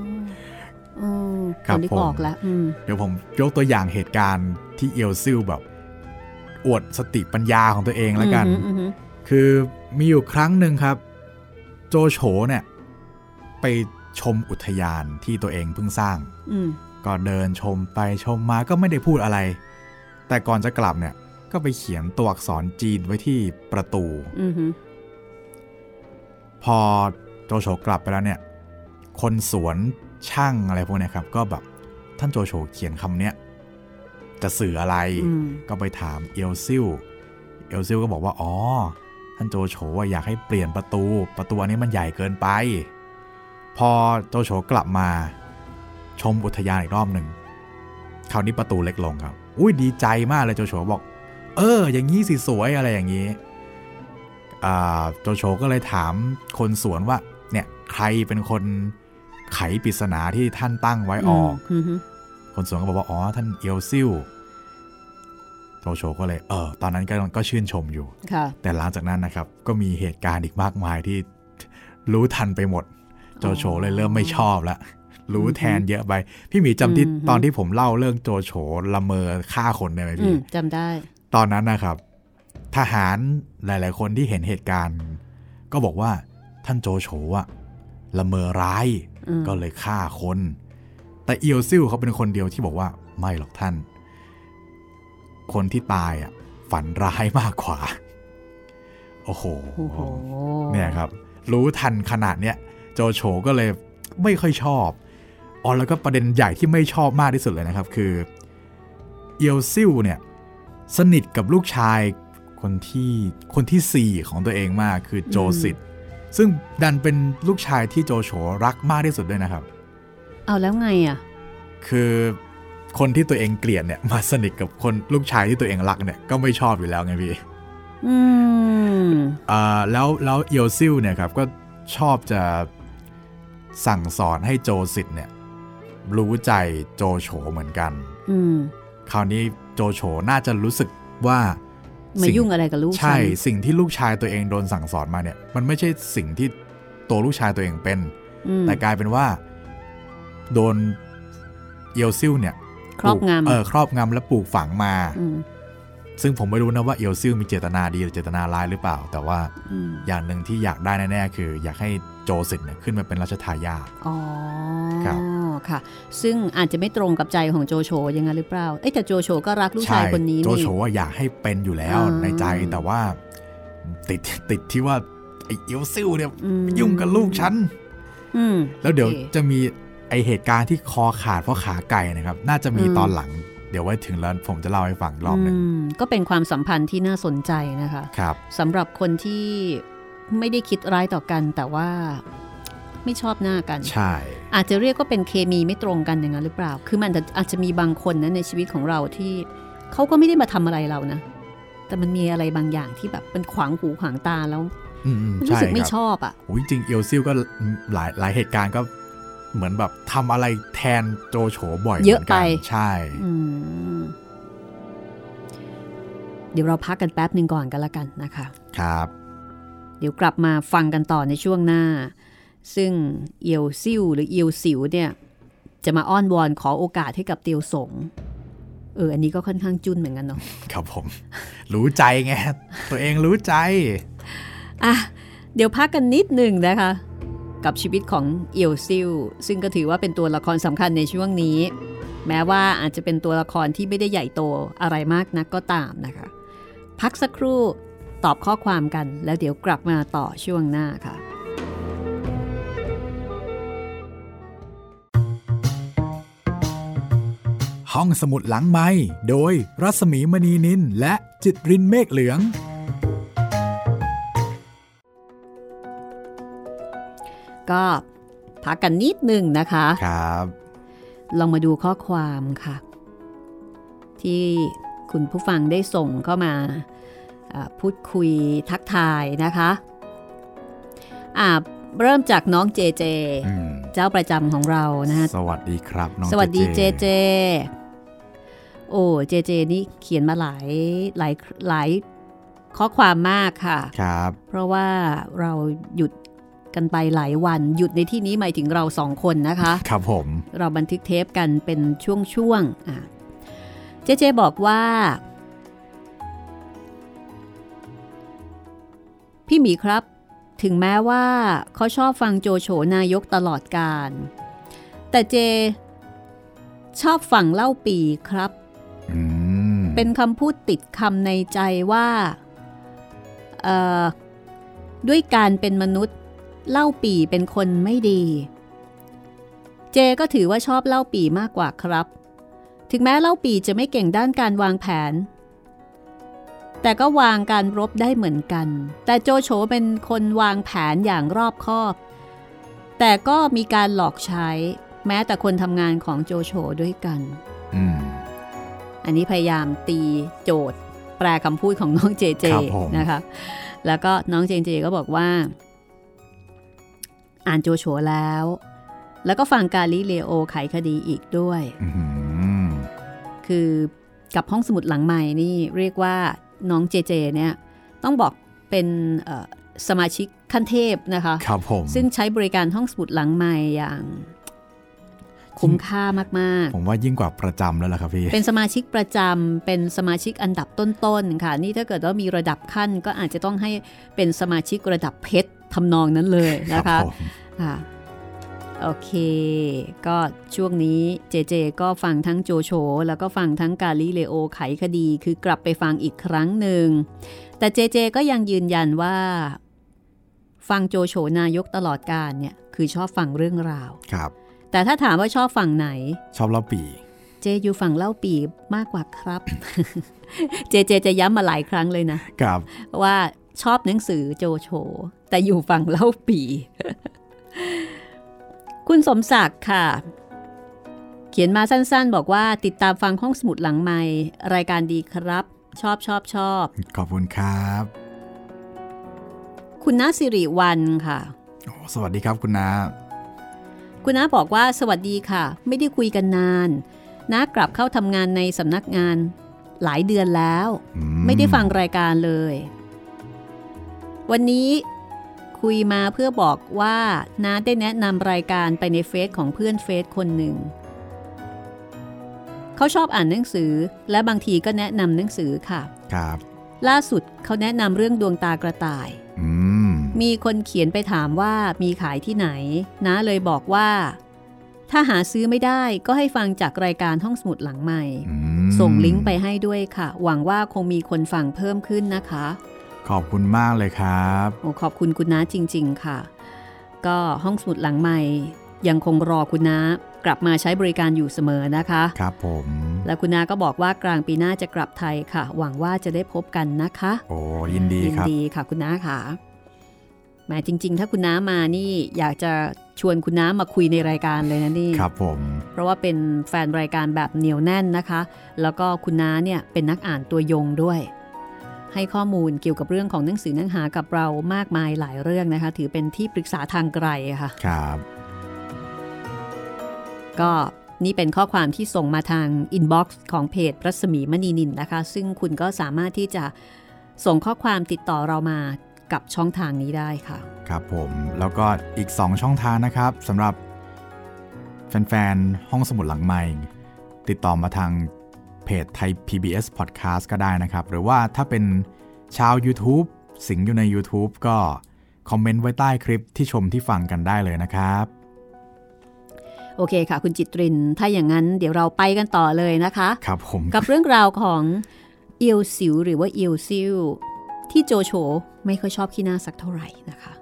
ครับผมบอกแล้วเดี๋ยวผมยกตัวอย่างเหตุการณ์ที่เอียวซิ่วแบบอวดสติปัญญาของตัวเองแล้วกันคือมีอยู่ครั้งหนึ่งครับโจโฉเนี่ยไปชมอุทยานที่ตัวเองเพิ่งสร้างก็เดินชมไปชมมาก็ไม่ได้พูดอะไรแต่ก่อนจะกลับเนี่ยก็ไปเขียนตัวอักษรจีนไว้ที่ประตูพอโจโฉกลับไปแล้วเนี่ยคนสวนช่างอะไรพวกนี้ครับก็แบบท่านโจโฉเขียนคำเนี้ยจะสื่ออะไรก็ไปถามเอียวซิ่วเอียวซิ่วก็บอกว่าอ๋อท่านโจโฉว่าอยากให้เปลี่ยนประตูประตูอันนี้มันใหญ่เกินไปพอโจโฉกลับมาชมอุทยานอีกรอบหนึ่งคราวนี้ประตูเล็กลงครับอุ้ยดีใจมากเลยโจโฉบอกเอออย่างนี้สิสวยอะไรอย่างนี้โจโฉก็เลยถามคนสวนว่าเนี่ยใครเป็นคนไขปริศนาที่ท่านตั้งไว้ออกคนสวนก็บอกว่าอ๋อท่านเอียวซิ่วโจโฉก็เลยเออตอนนั้นก็ก็ชื่นชมอยู่แต่หลังจากนั้นนะครับก็มีเหตุการณ์อีกมากมายที่รู้ทันไปหมดโจโฉเลยเริ่มไม่ชอบแล้วรู้แทนเยอะไปพี่หมีจำที่ตอนที่ผมเล่าเรื่องโจโฉละเมอฆ่าคนได้ไหมพี่จำได้ตอนนั้นนะครับทหารหลายๆคนที่เห็นเหตุการณ์ก็บอกว่าท่านโจโฉอะละเมอร้ายก็เลยฆ่าคนแต่เอียวซิ่วเขาเป็นคนเดียวที่บอกว่าไม่หรอกท่านคนที่ตายอ่ะฝันร้ายมากกว่าโอ้โหเนี่ยครับรู้ทันขนาดเนี้ยโจโฉก็เลยไม่ค่อยชอบอ๋อแล้วก็ประเด็นใหญ่ที่ไม่ชอบมากที่สุดเลยนะครับคือเอียวซิ่วเนี่ยสนิทกับลูกชายคนที่คนที่สี่ของตัวเองมากคือโจซิตซึ่งดันเป็นลูกชายที่โจโฉรักมากที่สุดด้วยนะครับเอาแล้วไงอ่ะคือคนที่ตัวเองเกลียดเนี่ยมาสนิทกับคนลูกชายที่ตัวเองรักเนี่ยก็ไม่ชอบอยู่แล้วไงพี่อืมอ่าแล้วแล้วเอียวซิ่วเนี่ยครับก็ชอบจะสั่งสอนให้โจซิตเนี่ยรู้ใจโจโฉเหมือนกันอืมคราวนี้โจโฉน่าจะรู้สึกว่าไม่ยุ่งอะไรกับลูกใช่สิ่งที่ลูกชายตัวเองโดนสั่งสอนมาเนี่ยมันไม่ใช่สิ่งที่ตัวลูกชายตัวเองเป็นแต่กลายเป็นว่าโดนเอียวซิ่วเนี่ยครอบงำเออครอบงำและปลูกฝังมาซึ่งผมไม่รู้นะว่าเอียวซิ่วมีเจตนาดีหรือเจตนาร้ายหรือเปล่าแต่ว่าอย่างหนึ่งที่อยากได้แน่ๆคืออยากให้โจซิตเนี่ยขึ้นมาเป็นรัชทายาทอ๋อครับค่ะซึ่งอาจจะไม่ตรงกับใจของโจโฉยังไงหรือเปล่าเอ้แต่โจโฉก็รักลูกชายคนนี้นี่โจโฉอยากให้เป็นอยู่แล้วในใจแต่ว่าติดติดที่ว่าไอ้เอียวซิ่วเนี่ยยุ่งกับลูกฉันแล้วเดี๋ยวจะมีไอเหตุการณ์ที่คอขาดเพราะขาไก่นะครับน่าจะมีตอนหลังเดี๋ยวไว้ถึงแล้วผมจะเล่าให้ฟังรอบนึงก็เป็นความสัมพันธ์ที่น่าสนใจนะคะครับสำหรับคนที่ไม่ได้คิดร้ายต่อกันแต่ว่าไม่ชอบหน้ากันใช่อาจจะเรียกว่าเป็นเคมีไม่ตรงกันอย่างนั้นหรือเปล่าคือมันอาจจะมีบางคนนะในชีวิตของเราที่เขาก็ไม่ได้มาทำอะไรเรานะแต่มันมีอะไรบางอย่างที่แบบเป็นขวางหูขวางตาแล้วรู้สึกไม่ชอบอ่ะโอ้ยจริงเอียวซิ่วก็หลายหลายเหตุการณ์ก็เหมือนแบบทำอะไรแทนโจโฉบ่อยเยอะไปใช่เดี๋ยวเราพักกันแป๊บหนึ่งก่อนกันละกันนะคะครับเดี๋ยวกลับมาฟังกันต่อในช่วงหน้าซึ่งเอียวซิ่วหรือเอียวสิวเนี่ยจะมาอ้อนวอนขอโอกาสให้กับเตียวสงเอออันนี้ก็ค่อนข้างจุนเหมือนกันเนาะครับผมรู้ใจไงตัวเองรู้ใจอ่ะเดี๋ยวพักกันนิดหนึ่งนะคะกับชีวิตของเอียวซิ่วซึ่งก็ถือว่าเป็นตัวละครสำคัญในช่วงนี้แม้ว่าอาจจะเป็นตัวละครที่ไม่ได้ใหญ่โตอะไรมากนักก็ตามนะคะพักสักครู่ตอบข้อความกันแล้วเดี๋ยวกลับมาต่อช่วงหน้าค่ะห้องสมุดหลังไมค์โดยรัศมีมณีนินและจิตรินเมฆเหลืองก็พักกันนิดหนึ่งนะคะครับลองมาดูข้อความค่ะที่คุณผู้ฟังได้ส่งเข้ามาพูดคุยทักทายนะคะอ่าเริ่มจากน้องเจเจเจ้าประจำของเรานะฮะสวัสดีครับน้องสวัสดีเจเจโอ้เจเจนี่เขียนมาหลายหลายหลายข้อความมากค่ะครับเพราะว่าเราหยุดกันไปหลายวันหยุดในที่นี้หมายถึงเราสองคนนะคะครับผมเราบันทึกเทปกันเป็นช่วงๆอ่ะเจเจบอกว่าพี่หมีครับถึงแม้ว่าเขาชอบฟังโจโฉนายกตลอดกาลแต่เจชอบฟังเล่าปีครับเป็นคำพูดติดคำในใจว่าด้วยการเป็นมนุษย์เล่าปีเป็นคนไม่ดีเจก็ถือว่าชอบเล่าปีมากกว่าครับถึงแม้เล่าปีจะไม่เก่งด้านการวางแผนแต่ก็วางการรบได้เหมือนกันแต่โจโฉเป็นคนวางแผนอย่างรอบคอบแต่ก็มีการหลอกใช้แม้แต่คนทำงานของโจโฉด้วยกันอ, อันนี้พยายามตีโจทย์แปลคำพูดของน้องเจเจนะคะแล้วก็น้องเจเจก็บอกว่าอ่านโจโฉแล้วแล้วก็ฟังกาลิเลโอไขคดีอีกด้วยคือกับห้องสมุดหลังใหม่นี่เรียกว่าน้องเจเจเนี่ยต้องบอกเป็นสมาชิกขั้นเทพนะคะครับผมซึ่งใช้บริการห้องสมุดหลังใหม่อย่างคุ้มค่ามากๆผมว่ายิ่งกว่าประจำแล้วล่ะครับพี่เป็นสมาชิกประจำเป็นสมาชิกอันดับต้นๆค่ะนี่ถ้าเกิดว่ามีระดับขั้นก็อาจจะต้องให้เป็นสมาชิกระดับเพชรทำนองนั้นเลยนะคะค่ะโอเคก็ช่วงนี้เจเจก็ฟังทั้งโจโฉแล้วก็ฟังทั้งกาลิเลโอไขคดีคือกลับไปฟังอีกครั้งหนึ่งแต่เจเจก็ยังยืนยันว่าฟังโจโฉนายกตลอดกาลเนี่ยคือชอบฟังเรื่องราวครับแต่ถ้าถามว่าชอบฝั่งไหนชอบเล่าปีเจอยู่ฝั่งเล่าปีมากกว่าครับ เจเจจะย้ำมาหลายครั้งเลยนะครับว่าชอบหนังสือโจโฉแต่อยู่ฝั่งเล่าปี คุณสมศักดิ์ค่ะเขียนมาสั้นๆบอกว่าติดตามฟังห้องสมุดหลังไมค์รายการดีครับชอบชอบชอบขอบคุณครับคุณน้าสิริวรรณค่ะโอ้สวัสดีครับคุณน้าคุณน้าบอกว่าสวัสดีค่ะไม่ได้คุยกันนานน้ากลับเข้าทำงานในสำนักงานหลายเดือนแล้วไม่ได้ฟังรายการเลยวันนี้คุยมาเพื่อบอกว่าน้าได้แนะนำรายการไปในเฟซของเพื่อนเฟซคนหนึ่งเขาชอบอ่านหนังสือและบางทีก็แนะนำหนังสือค่ะครับล่าสุดเขาแนะนำเรื่องดวงตากระต่ายมีคนเขียนไปถามว่ามีขายที่ไหนน้าเลยบอกว่าถ้าหาซื้อไม่ได้ก็ให้ฟังจากรายการห้องสมุดหลังใหม่ส่งลิงก์ไปให้ด้วยค่ะหวังว่าคงมีคนฟังเพิ่มขึ้นนะคะขอบคุณมากเลยครับโอ้ขอบคุณคุณน้าจริงๆค่ะก็ห้องสมุดหลังใหม่ยังคงรอคุณน้ากลับมาใช้บริการอยู่เสมอนะคะครับผมแล้วคุณน้าก็บอกว่ากลางปีหน้าจะกลับไทยค่ะหวังว่าจะได้พบกันนะคะโอ้ยินดีครับยินดีค่ะคุณน้าค่ะแหมจริงๆถ้าคุณน้ามานี่อยากจะชวนคุณน้ามาคุยในรายการเลยนะนี่ครับผมเพราะว่าเป็นแฟนรายการแบบเหนียวแน่นนะคะแล้วก็คุณน้าเนี่ยเป็นนักอ่านตัวยงด้วยให้ข้อมูลเกี่ยวกับเรื่องของหนังสือเนื้อหากับเรามากมายหลายเรื่องนะคะถือเป็นที่ปรึกษาทางไกลค่ะครับก็นี่เป็นข้อความที่ส่งมาทางอินบ็อกซ์ของเพจรัศมีมณีนินนะคะซึ่งคุณก็สามารถที่จะส่งข้อความติดต่อเรามากับช่องทางนี้ได้ค่ะครับผมแล้วก็อีกสองช่องทางนะครับสำหรับแฟนๆห้องสมุดหลังไมค์ติดต่อมาทางเพจไทย พี บี เอส Podcast ก็ได้นะครับหรือว่าถ้าเป็นชาว YouTube สิงอยู่ใน YouTube ก็คอมเมนต์ไว้ใต้คลิปที่ชมที่ฟังกันได้เลยนะครับโอเคค่ะคุณจิตรินถ้าอย่างนั้นเดี๋ยวเราไปกันต่อเลยนะคะครับผมกับเรื่องราวของเอียวสิวหรือว่าเอียวซิวที่โจโฉไม่ค่อยชอบขี้หน้าสักเท่าไหร่นะคะ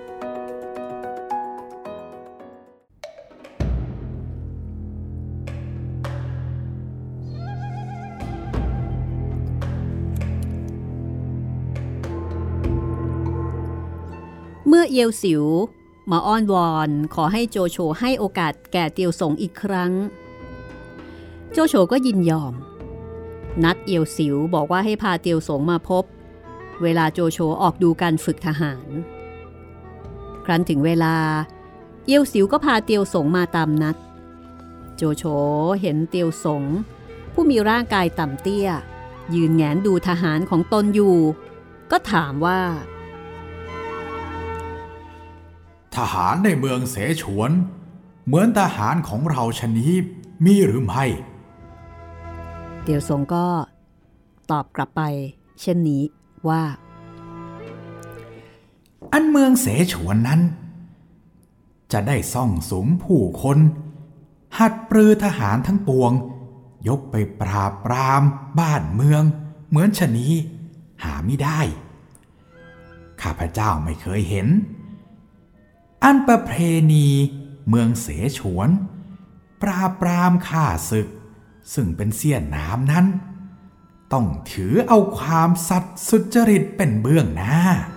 เมื่อเอียวสิวมาอ้อนวอนขอให้โจโฉให้โอกาสแก่เตียวสงอีกครั้งโจโฉก็ยินยอมนัดเอียวสิวบอกว่าให้พาเตียวสงมาพบเวลาโจโฉออกดูการฝึกทหารครั้นถึงเวลาเอียวสิวก็พาเตียวสงมาตามนัดโจโฉเห็นเตียวสงผู้มีร่างกายต่ำเตี้ยยืนแงนดูทหารของตนอยู่ก็ถามว่าทหารในเมืองเสฉวนเหมือนทหารของเราชนี้มีหรือไม่เตียวสงก็ตอบกลับไปเช่นนี้ว่าอันเมืองเสฉวนนั้นจะได้ซ่องสุมผู้คนหัดปรือทหารทั้งปวงยกไปปราบปรามบ้านเมืองเหมือนชนี้หาไม่ได้ข้าพเจ้าไม่เคยเห็นอันประเพณีเมืองเสฉวนปราบปรามข้าศึกซึ่งเป็นเสี้ยนน้ำนั้นต้องถือเอาความสัตย์สุจริตเป็นเบื้องหน้า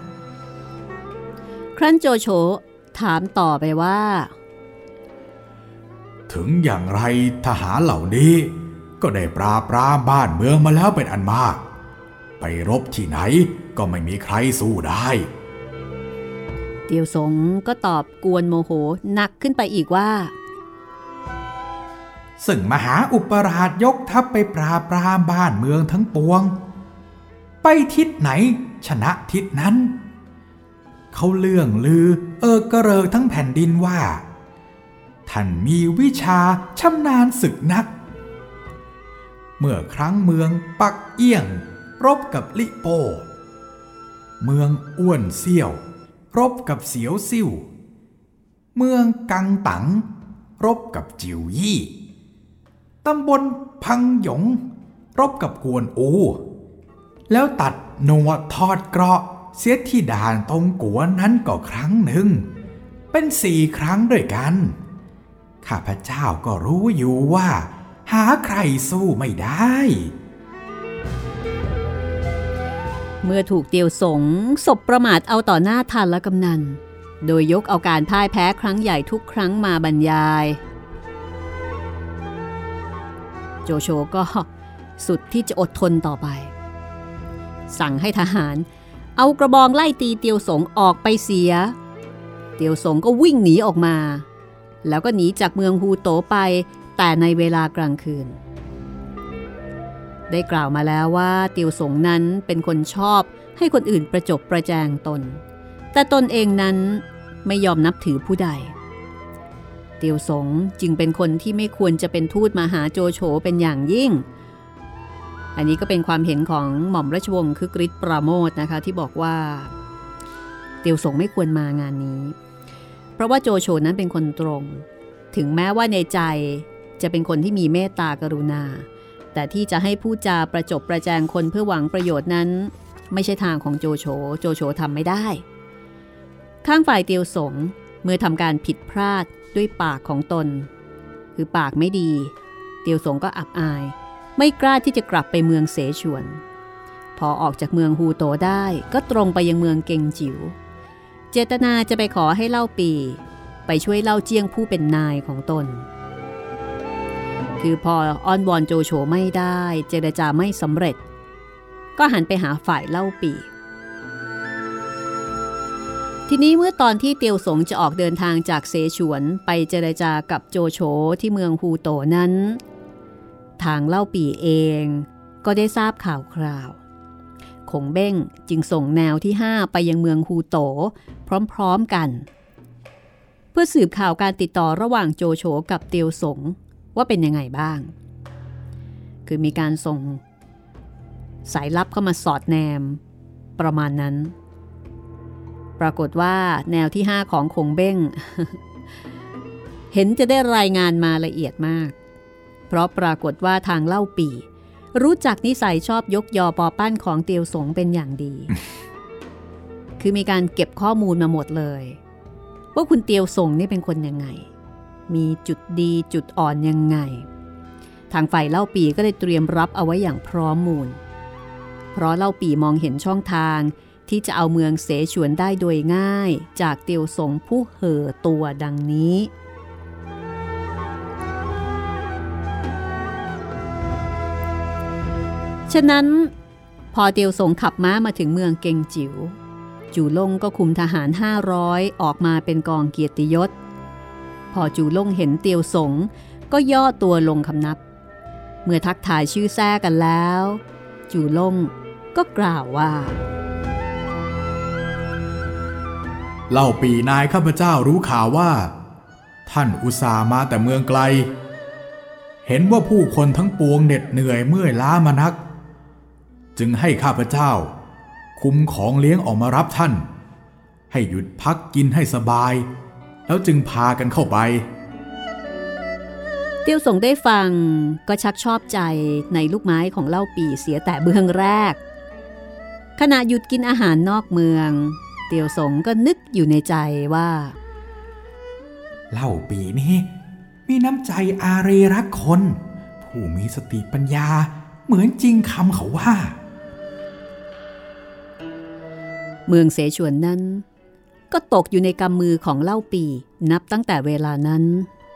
ครั้นโจโฉถามต่อไปว่าถึงอย่างไรทหารเหล่านี้ก็ได้ปราบปรามบ้านเมืองมาแล้วเป็นอันมากไปรบที่ไหนก็ไม่มีใครสู้ได้เตียวสงก็ตอบกวนโมโหหนักขึ้นไปอีกว่าซึ่งมหาอุปราชยกทัพไปปราบปรามบ้านเมืองทั้งปวงไปทิศไหนชนะทิศนั้นเขาเลื่องลือเออกระเริกทั้งแผ่นดินว่าท่านมีวิชาชำนาญศึกนักเมื่อครั้งเมืองปักเอี้ยงรบกับลิโป้เมืองอ้วนเซี่ยวรบกับเสียวซิ่วเมืองกังตังรบกับจิวยี่ตำบลพังหยงรบกับกวนอูแล้วตัดหนวดทอดเกราะเสียที่ด่านตรงกัวนั้นก็ครั้งหนึ่งเป็นสี่ครั้งด้วยกันข้าพเจ้าก็รู้อยู่ว่าหาใครสู้ไม่ได้เมื่อถูกเตียวสงสบประมาทเอาต่อหน้าทันและกำนันโดยยกเอาการพ่ายแพ้ครั้งใหญ่ทุกครั้งมาบรรยายโจโฉก็สุดที่จะอดทนต่อไปสั่งให้ทหารเอากระบองไล่ตีเตียวสงออกไปเสียเตียวสงก็วิ่งหนีออกมาแล้วก็หนีจากเมืองฮูโตไปแต่ในเวลากลางคืนได้กล่าวมาแล้วว่าเตียวสงนั้นเป็นคนชอบให้คนอื่นประจบประแจงตนแต่ตนเองนั้นไม่ยอมนับถือผู้ใดเตียวสงจึงเป็นคนที่ไม่ควรจะเป็นทูตมาหาโจโฉเป็นอย่างยิ่งอันนี้ก็เป็นความเห็นของหม่อมราชวงศ์คึกฤทธิ์ปราโมทนะคะที่บอกว่าเตียวสงไม่ควรมางานนี้เพราะว่าโจโฉนั้นเป็นคนตรงถึงแม้ว่าในใจจะเป็นคนที่มีเมตตากรุณาแต่ที่จะให้พูดจาประจบประแจงคนเพื่อหวังประโยชน์นั้นไม่ใช่ทางของโจโฉโจโฉทำไม่ได้ข้างฝ่ายเตียวสงเมื่อทำการผิดพลาดด้วยปากของตนคือปากไม่ดีเตียวสงก็อับอายไม่กล้าที่จะกลับไปเมืองเสฉวนพอออกจากเมืองฮูโตได้ก็ตรงไปยังเมืองเกงจิ๋วเจตนาจะไปขอให้เล่าปีไปช่วยเล่าเจียงผู้เป็นนายของตนคือพออ้อนวอนโจโฉไม่ได้เจรจาไม่สำเร็จก็หันไปหาฝ่ายเล่าปีทีทีนี้เมื่อตอนที่เตียวสงจะออกเดินทางจากเสฉวนไปเจรจากับโจโฉที่เมืองฮูโตนั้นทางเล่าปี่เองก็ได้ทราบข่าวคราวคงเบ้งจึงส่งแนวที่ห้าไปยังเมืองฮูโตพร้อมๆกันเพื่อสืบข่าวการติดต่อระหว่างโจโฉกับเตียวสงว่าเป็นยังไงบ้างคือมีการส่งสายลับเข้ามาสอดแนมประมาณนั้นปรากฏว่าแนวที่ห้าของคงเบ้ง เห็นจะได้รายงานมาละเอียดมากเพราะปรากฏว่าทางเล่าปี่รู้จักนิสัยชอบยกยอปอปั้นของเตียวสงเป็นอย่างดี คือมีการเก็บข้อมูลมาหมดเลยว่าคุณเตียวสงนี่เป็นคนยังไงมีจุดดีจุดอ่อนยังไงทางฝ่ายเล่าปี่ก็เลยเตรียมรับเอาไว้อย่างพร้อมมูลเพราะเล่าปี่มองเห็นช่องทางที่จะเอาเมืองเสฉวนได้โดยง่ายจากเตียวสงผู้เห่อตัวดังนี้ฉะนั้นพอเตียวสงขับม้ามาถึงเมืองเกงจิ๋วจูล่งก็คุมทหารห้าร้อยออกมาเป็นกองเกียรติยศพอจูล่งเห็นเตียวสงก็ย่อตัวลงคำนับเมื่อทักทายชื่อแท้กันแล้วจูล่งก็กล่าวว่าเล่าปี่นายข้าพเจ้ารู้ข่าวว่าท่านอุตส่าห์มาแต่เมืองไกลเห็นว่าผู้คนทั้งปวงเหน็ดเหนื่อยเมื่อยล้ามานักจึงให้ข้าพเจ้าคุมของเลี้ยงออกมารับท่านให้หยุดพักกินให้สบายแล้วจึงพากันเข้าไปเตียวสงได้ฟังก็ชักชอบใจในลูกไม้ของเล่าปี่เสียแต่เบื้องแรกขณะหยุดกินอาหารนอกเมืองเตียวสงก็นึกอยู่ในใจว่าเล่าปี่นี่มีน้ำใจอารีรักคนผู้มีสติปัญญาเหมือนจริงคำเขาว่าเมืองเสฉวนนั้นก็ตกอยู่ในกำมือของเล่าปี่นับตั้งแต่เวลานั้น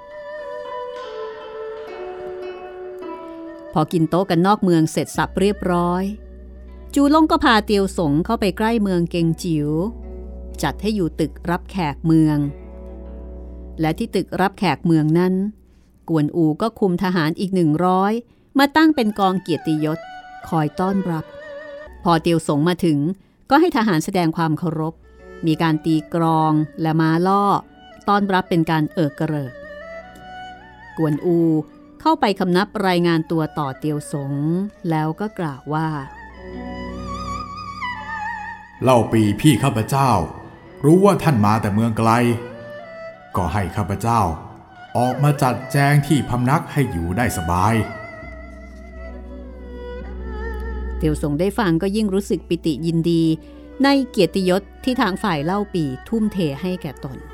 พอกินโต๊ะกันนอกเมืองเสร็จสับเรียบร้อยจูล่งก็พาเตียวสงเข้าไปใกล้เมืองเกงจิ๋วจัดให้อยู่ตึกรับแขกเมืองและที่ตึกรับแขกเมืองนั้นกวนอูก็คุมทหารอีกหนึ่งร้อยมาตั้งเป็นกองเกียรติยศคอยต้อนรับพอเตียวสงมาถึงก็ให้ทหารแสดงความเคารพมีการตีกรองและม้าล่อต้อนรับเป็นการเอิกกระเริกกวนอูเข้าไปคำนับรายงานตัวต่อเตียวสงแล้วก็กล่าวว่าเล่าปี่พี่ข้าพเจ้ารู้ว่าท่านมาแต่เมืองไกลก็ให้ข้าพเจ้าออกมาจัดแจงที่พำนักให้อยู่ได้สบายเตียวสงได้ฟังก็ยิ่งรู้สึกปิติยินดีในเกียรติยศที่ทางฝ่ายเล่าปี่ทุ่มเทให้แก่ตน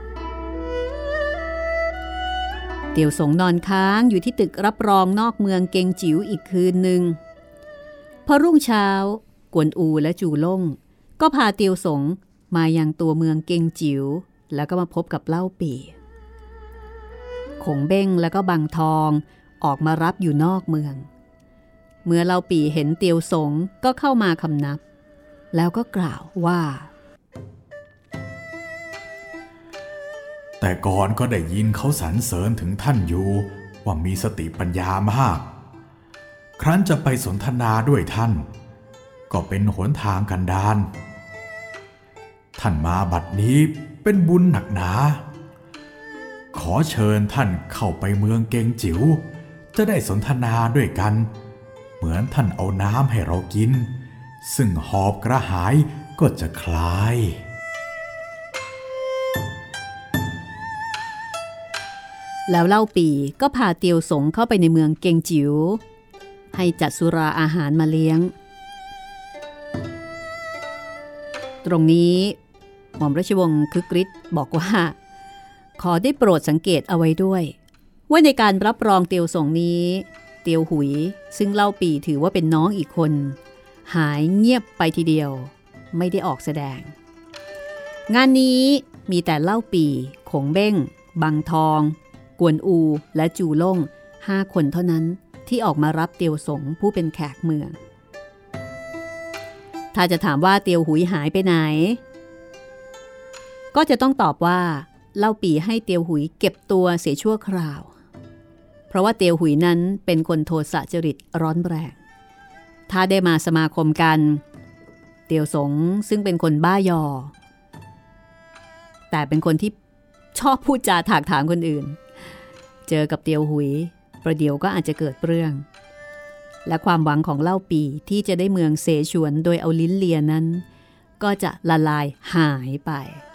เตียวสงนอนค้างอยู่ที่ตึกรับรองนอกเมืองเกงจิ๋วอีกคืนหนึ่งพอรุ่งเช้ากวนอูและจูล่งก็พาเตียวสงมายังตัวเมืองเกงจิ๋วแล้วก็มาพบกับเล่าปี่คงเบ้งแล้วก็บังทองออกมารับอยู่นอกเมืองเมื่อเล่าปี่เห็นเตียวสงก็เข้ามาคำนับแล้วก็กล่าวว่าแต่ก่อนก็ได้ยินเขาสรรเสริญถึงท่านอยู่ว่ามีสติปัญญามากครั้นจะไปสนทนาด้วยท่านก็เป็นหนทางกันดารท่านมาบัดนี้เป็นบุญหนักหนาขอเชิญท่านเข้าไปเมืองเกงจิ๋วจะได้สนทนาด้วยกันเหมือนท่านเอาน้ำให้เรากินซึ่งหอบกระหายก็จะคลายแล้วเล่าปี่ก็พาเตียวสงเข้าไปในเมืองเกงจิ๋วให้จัดสุราอาหารมาเลี้ยงตรงนี้หม่อมราชวงศ์คึกฤทธิ์บอกว่าขอได้โปรดสังเกตเอาไว้ด้วยว่าในการรับรองเตียวสงนี้เตียวหุยซึ่งเล่าปี่ถือว่าเป็นน้องอีกคนหายเงียบไปทีเดียวไม่ได้ออกแสดงงานนี้มีแต่เล่าปี่ขงเบ้งบังทองกวนอูและจูล่งห้าคนเท่านั้นที่ออกมารับเตียวสงผู้เป็นแขกเมืองถ้าจะถามว่าเตียวหุยหายไปไหนก็จะต้องตอบว่าเล่าปี่ให้เตียวหุยเก็บตัวเสียชั่วคราวเพราะว่าเตียวหุยนั้นเป็นคนโทสะจริตร้อนแรงถ้าได้มาสมาคมกันเตียวสงซึ่งเป็นคนบ้ายอแต่เป็นคนที่ชอบพูดจาถากถางคนอื่นเจอกับเตียวหุยประเดี๋ยวก็อาจจะเกิดเรื่องและความหวังของเล่าปี่ที่จะได้เมืองเสฉวนโดยเอาลิ้นเลียนั้นก็จะละลายหายไป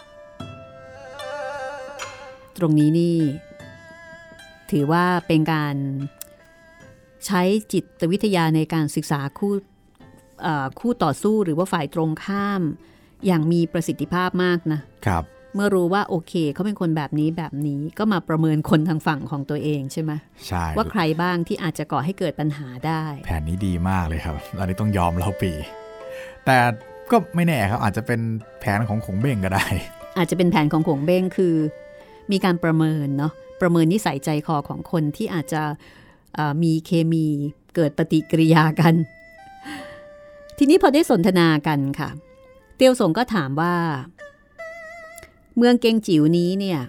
ตรงนี้นี่ถือว่าเป็นการใช้จิตวิทยาในการศึกษาคู่คู่ต่อสู้หรือว่าฝ่ายตรงข้ามอย่างมีประสิทธิภาพมากนะครับเมื่อรู้ว่าโอเคเขาเป็นคนแบบนี้แบบนี้ก็มาประเมินคนทางฝั่งของตัวเองใช่ไหมใช่ว่าใครบ้างที่อาจจะก่อให้เกิดปัญหาได้แผนนี้ดีมากเลยครับอันนี้ต้องยอมเล่าปี่แต่ก็ไม่แน่ครับอาจจะเป็นแผนของขงเบ้งก็ได้อาจจะเป็นแผนของขงเบ้งคือมีการประเมินเนาะประเมินนิสัยใจคอของคนที่อาจจะมีเคมีเกิดปฏิกิริยากันทีนี้พอได้สนทนากันค่ะเตียวสงก็ถามว่าเมืองเกงจิ๋วนี้เนี่ย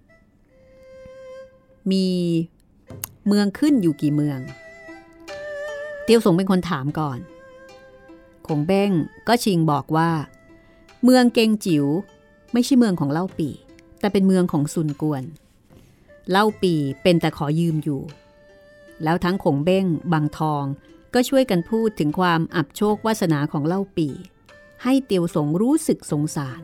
มีเมืองขึ้นอยู่กี่เมืองเตียวสงเป็นคนถามก่อนคงเบ้งก็ชิงบอกว่าเมืองเกงจิ๋วไม่ใช่เมืองของเล่าปี่แต่เป็นเมืองของซุนกวนเล่าปี่เป็นแต่ขอยืมอยู่แล้วทั้งคงเบ้งบางทองก็ช่วยกันพูดถึงความอับโชควาสนาของเล่าปี่ให้เตียวสงรู้สึกสงสาร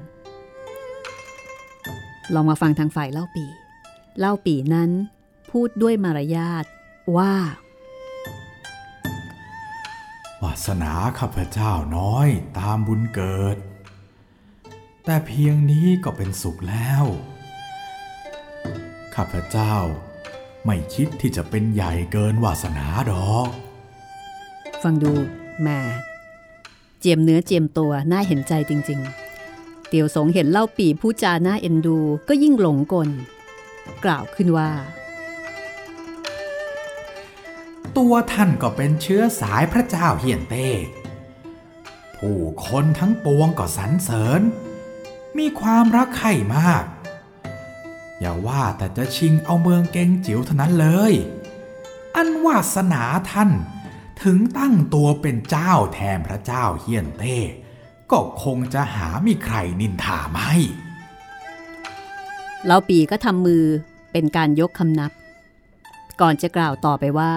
ลองมาฟังทางฝ่ายเล่าปี่เล่าปี่นั้นพูดด้วยมารยาทว่าวาสนาข้าพเจ้าน้อยตามบุญเกิดแต่เพียงนี้ก็เป็นสุขแล้วข้าพเจ้าไม่คิดที่จะเป็นใหญ่เกินวาสนาดอกฟังดูแม่เจียมเนื้อเจียมตัวน่าเห็นใจจริงๆเตียวสงเห็นเล่าปี่พูดจาน่าเอ็นดูก็ยิ่งหลงกลกล่าวขึ้นว่าตัวท่านก็เป็นเชื้อสายพระเจ้าเฮียนเต้ผู้คนทั้งปวงก็สรรเสริญมีความรักใคร่มากอย่าว่าแต่จะชิงเอาเมืองเกงจิ๋วเท่านั้นเลยอันวาสนาท่านถึงตั้งตัวเป็นเจ้าแทนพระเจ้าเฮียนเต้ก็คงจะหามีใครนินทาไม่เล่าปี่ก็ทำมือเป็นการยกคำนับก่อนจะกล่าวต่อไปว่า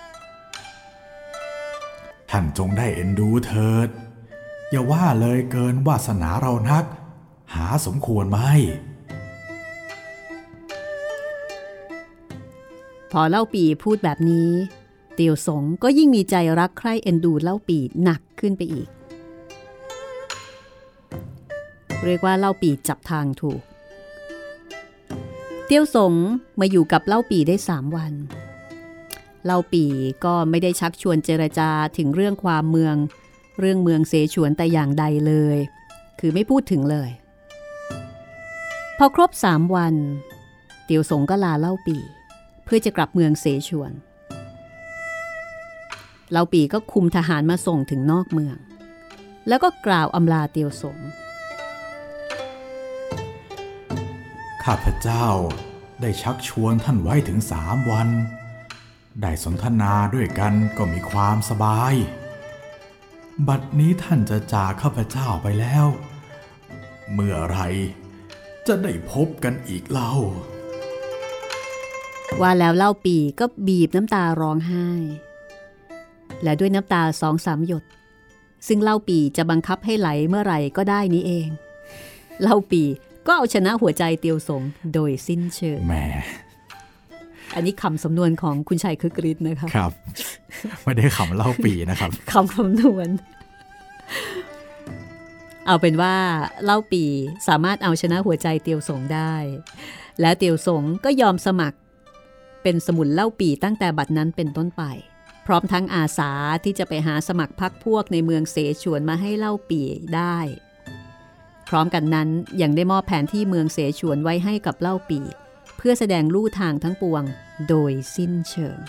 ท่านจงได้เอ็นดูเถิดอย่าว่าเลยเกินวาสนาเรานักหาสมควรไหมพอเล่าปี่พูดแบบนี้เตียวสงก็ยิ่งมีใจรักใคร่เอ็นดูเล่าปี่หนักขึ้นไปอีกเรียกว่าเล่าปี่จับทางถูกเตียวสงมาอยู่กับเล่าปี่ได้สามวันเล่าปี่ก็ไม่ได้ชักชวนเจรจาถึงเรื่องความเมืองเรื่องเมืองเสฉวนแต่อย่างใดเลยคือไม่พูดถึงเลยพอครบสามวันเตียวสงก็ลาเล่าปี่เพื่อจะกลับเมืองเสฉวนเล่าปี่ก็คุมทหารมาส่งถึงนอกเมืองแล้วก็กล่าวอำลาเตียวสงข้าพเจ้าได้ชักชวนท่านไว้ถึงสามวันได้สนทนาด้วยกันก็มีความสบายบัดนี้ท่านจะจากข้าพเจ้าไปแล้วเมื่อไรจะได้พบกันอีกเล่าว่าแล้วเล่าปี่ก็บีบน้ำตาร้องไห้และด้วยน้ำตาสองสามหยดซึ่งเล่าปี่จะบังคับให้ไหลเมื่อไหร่ก็ได้นี้เองเล่าปี่ก็เอาชนะหัวใจเตียวสงโดยสิ้นเชิงแหมอันนี้คำสำนวนของคุณชัยคึกฤทธิ์นะคะครับไม่ได้คำเล่าปี่นะครับคำคำนวณเอาเป็นว่าเล่าปี่สามารถเอาชนะหัวใจเตียวสงได้และเตียวสงก็ยอมสมัครเป็นสมุนเล่าปี่ตั้งแต่บัดนั้นเป็นต้นไปพร้อมทั้งอาสาที่จะไปหาสมัครพรรคพวกในเมืองเสฉวนมาให้เล่าปี่ได้พร้อมกันนั้นยังได้มอบแผนที่เมืองเสฉวนไว้ให้กับเล่าปี่เพื่อแสดงลู่ทางทั้งปวงโดยสิ้นเชิง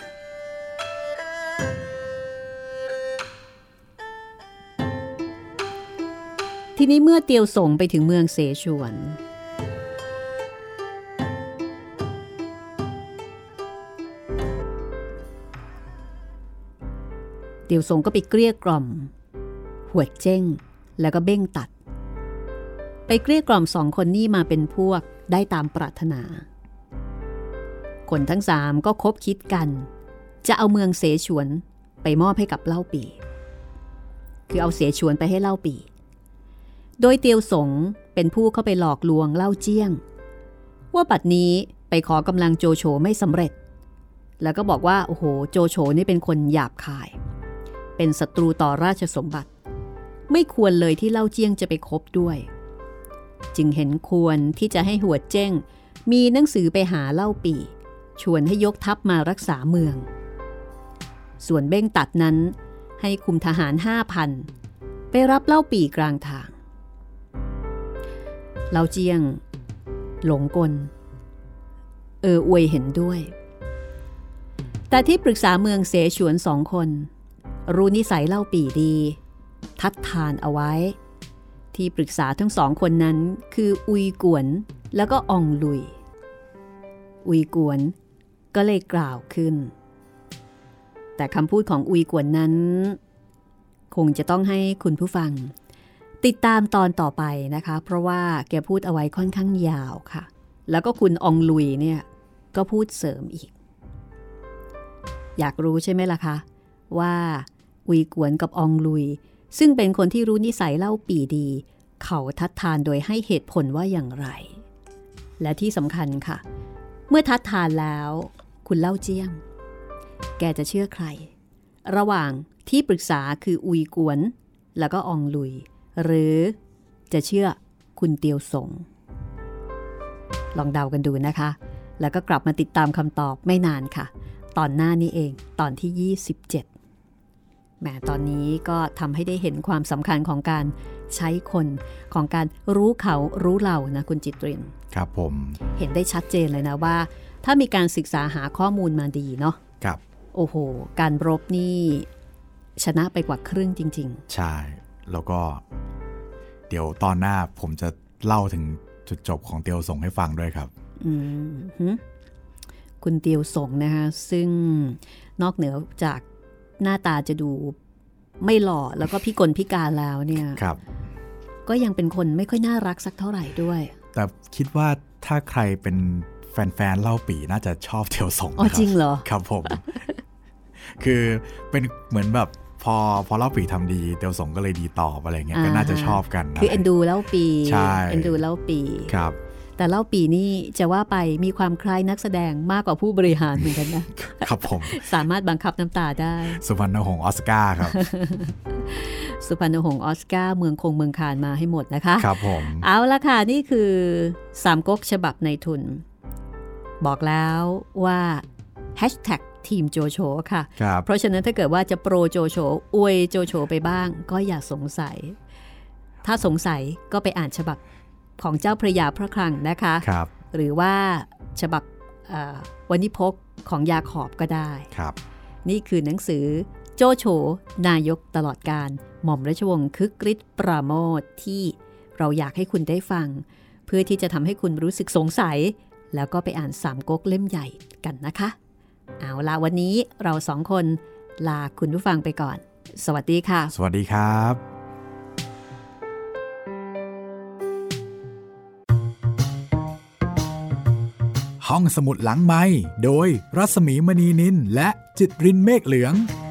ทีนี้เมื่อเตียวสงไปถึงเมืองเสฉวนเตียวสงก็ไปเกลี้ยกล่อมหวดเจ้งแล้วก็เบ้งตัดไปเกลี้ยกล่อมสองคนนี้มาเป็นพวกได้ตามปรารถนาคนทั้งสามก็คบคิดกันจะเอาเมืองเสฉวนไปมอบให้กับเล่าปี่คือเอาเสฉวนไปให้เล่าปี่โดยเตียวสงเป็นผู้เข้าไปหลอกลวงเล่าเจี้ยงว่าบัดนี้ไปขอกำลังโจโฉไม่สำเร็จแล้วก็บอกว่าโอ้โหโจโฉนี่เป็นคนหยาบคายเป็นศัตรูต่อราชสมบัติไม่ควรเลยที่เล่าเจี้ยงจะไปคบด้วยจึงเห็นควรที่จะให้หวดเจ้งมีหนังสือไปหาเล่าปี่ชวนให้ยกทัพมารักษาเมืองส่วนเบ้งตัดนั้นให้คุมทหาร ห้าพัน ไปรับเล่าปี่กลางทางเล่าเจี้ยงหลงกลเอออวยเห็นด้วยแต่ที่ปรึกษาเมืองเสฉวนสองคนรู้นิสัยเล่าปี่ดีทัดทานเอาไว้ที่ปรึกษาทั้งสองคนนั้นคืออุยกวนแล้วก็อองลุยอุยกวนก็เลยกล่าวขึ้นแต่คำพูดของอุยกวนนั้นคงจะต้องให้คุณผู้ฟังติดตามตอนต่อไปนะคะเพราะว่าแกพูดเอาไว้ค่อนข้างยาวค่ะแล้วก็คุณอองลุยเนี่ยก็พูดเสริมอีกอยากรู้ใช่ไหมล่ะคะว่าอุยกวนกับอองลุยซึ่งเป็นคนที่รู้นิสัยเล่าปี่ดีเขาทัดทานโดยให้เหตุผลว่าอย่างไรและที่สำคัญค่ะเมื่อทัดทานแล้วคุณเล่าเจี้ยงแกจะเชื่อใครระหว่างที่ปรึกษาคืออุยกวนแล้วก็อองลุยหรือจะเชื่อคุณเตียวสงลองเดากันดูนะคะแล้วก็กลับมาติดตามคำตอบไม่นานค่ะตอนหน้านี้เองตอนที่ยี่สิบเจ็ดแหมตอนนี้ก็ทำให้ได้เห็นความสำคัญของการใช้คนของการรู้เขารู้เรานะคุณจิตรินครับผมเห็นได้ชัดเจนเลยนะว่าถ้ามีการศึกษาหาข้อมูลมาดีเนาะครับโอ้โหการรบนี่ชนะไปกว่าครึ่งจริงๆใช่แล้วก็เดี๋ยวตอนหน้าผมจะเล่าถึงจุดจบของเตียวสงให้ฟังด้วยครับอืมคุณเตียวสงนะคะซึ่งนอกเหนือจากหน้าตาจะดูไม่หล่อแล้วก็พิกลพิการแล้วเนี่ยครับก็ยังเป็นคนไม่ค่อยน่ารักสักเท่าไหร่ด้วยแต่คิดว่าถ้าใครเป็นแฟนๆเล่าปี่น่าจะชอบเตียวสงอ๋อจริงเหรอครับผม คือเป็นเหมือนแบบพอพอเล่าปี่ทำดีเตียวสงก็เลยดีตอบอะไรเงี้ยก็น่าจะชอบกันคือเอ็นดูเล่าปี่ใช่เอ็นดูเล่าปี่ครับแต่เล่าปี่นี่จะว่าไปมีความคล้ายนักแสดงมากกว่าผู้บริหารเหมือนกันนะครับผมสามารถบังคับน้ำตาได้สุพรรณหงษ์ออสการ์ครับสุพรรณหงษ์ออสการ์เมืองคงเมืองคานมาให้หมดนะคะครับผมเอาละค่ะนี่คือสามก๊กฉบับในทุนบอกแล้วว่าแฮชแท็กทีมโจโฉค่ะเพราะฉะนั้นถ้าเกิดว่าจะโปรโจโฉอวยโจโฉไปบ้างก็อย่าสงสัยถ้าสงสัยก็ไปอ่านฉบับของเจ้าพระยาพระคลังนะคะครับหรือว่าฉบับวณิพกของยาขอบก็ได้ครับนี่คือหนังสือโจโฉนายกตลอดกาลหม่อมราชวงศ์คึกฤทธิ์ปราโมทย์ที่เราอยากให้คุณได้ฟังเพื่อที่จะทำให้คุณรู้สึกสงสัยแล้วก็ไปอ่านสามก๊กเล่มใหญ่กันนะคะเอาล่ะวันนี้เราสองคนลาคุณผู้ฟังไปก่อนสวัสดีค่ะสวัสดีครับห้องสมุดหลังไมค์โดยรัศมีมณีนินและจิตรินเมฆเหลือง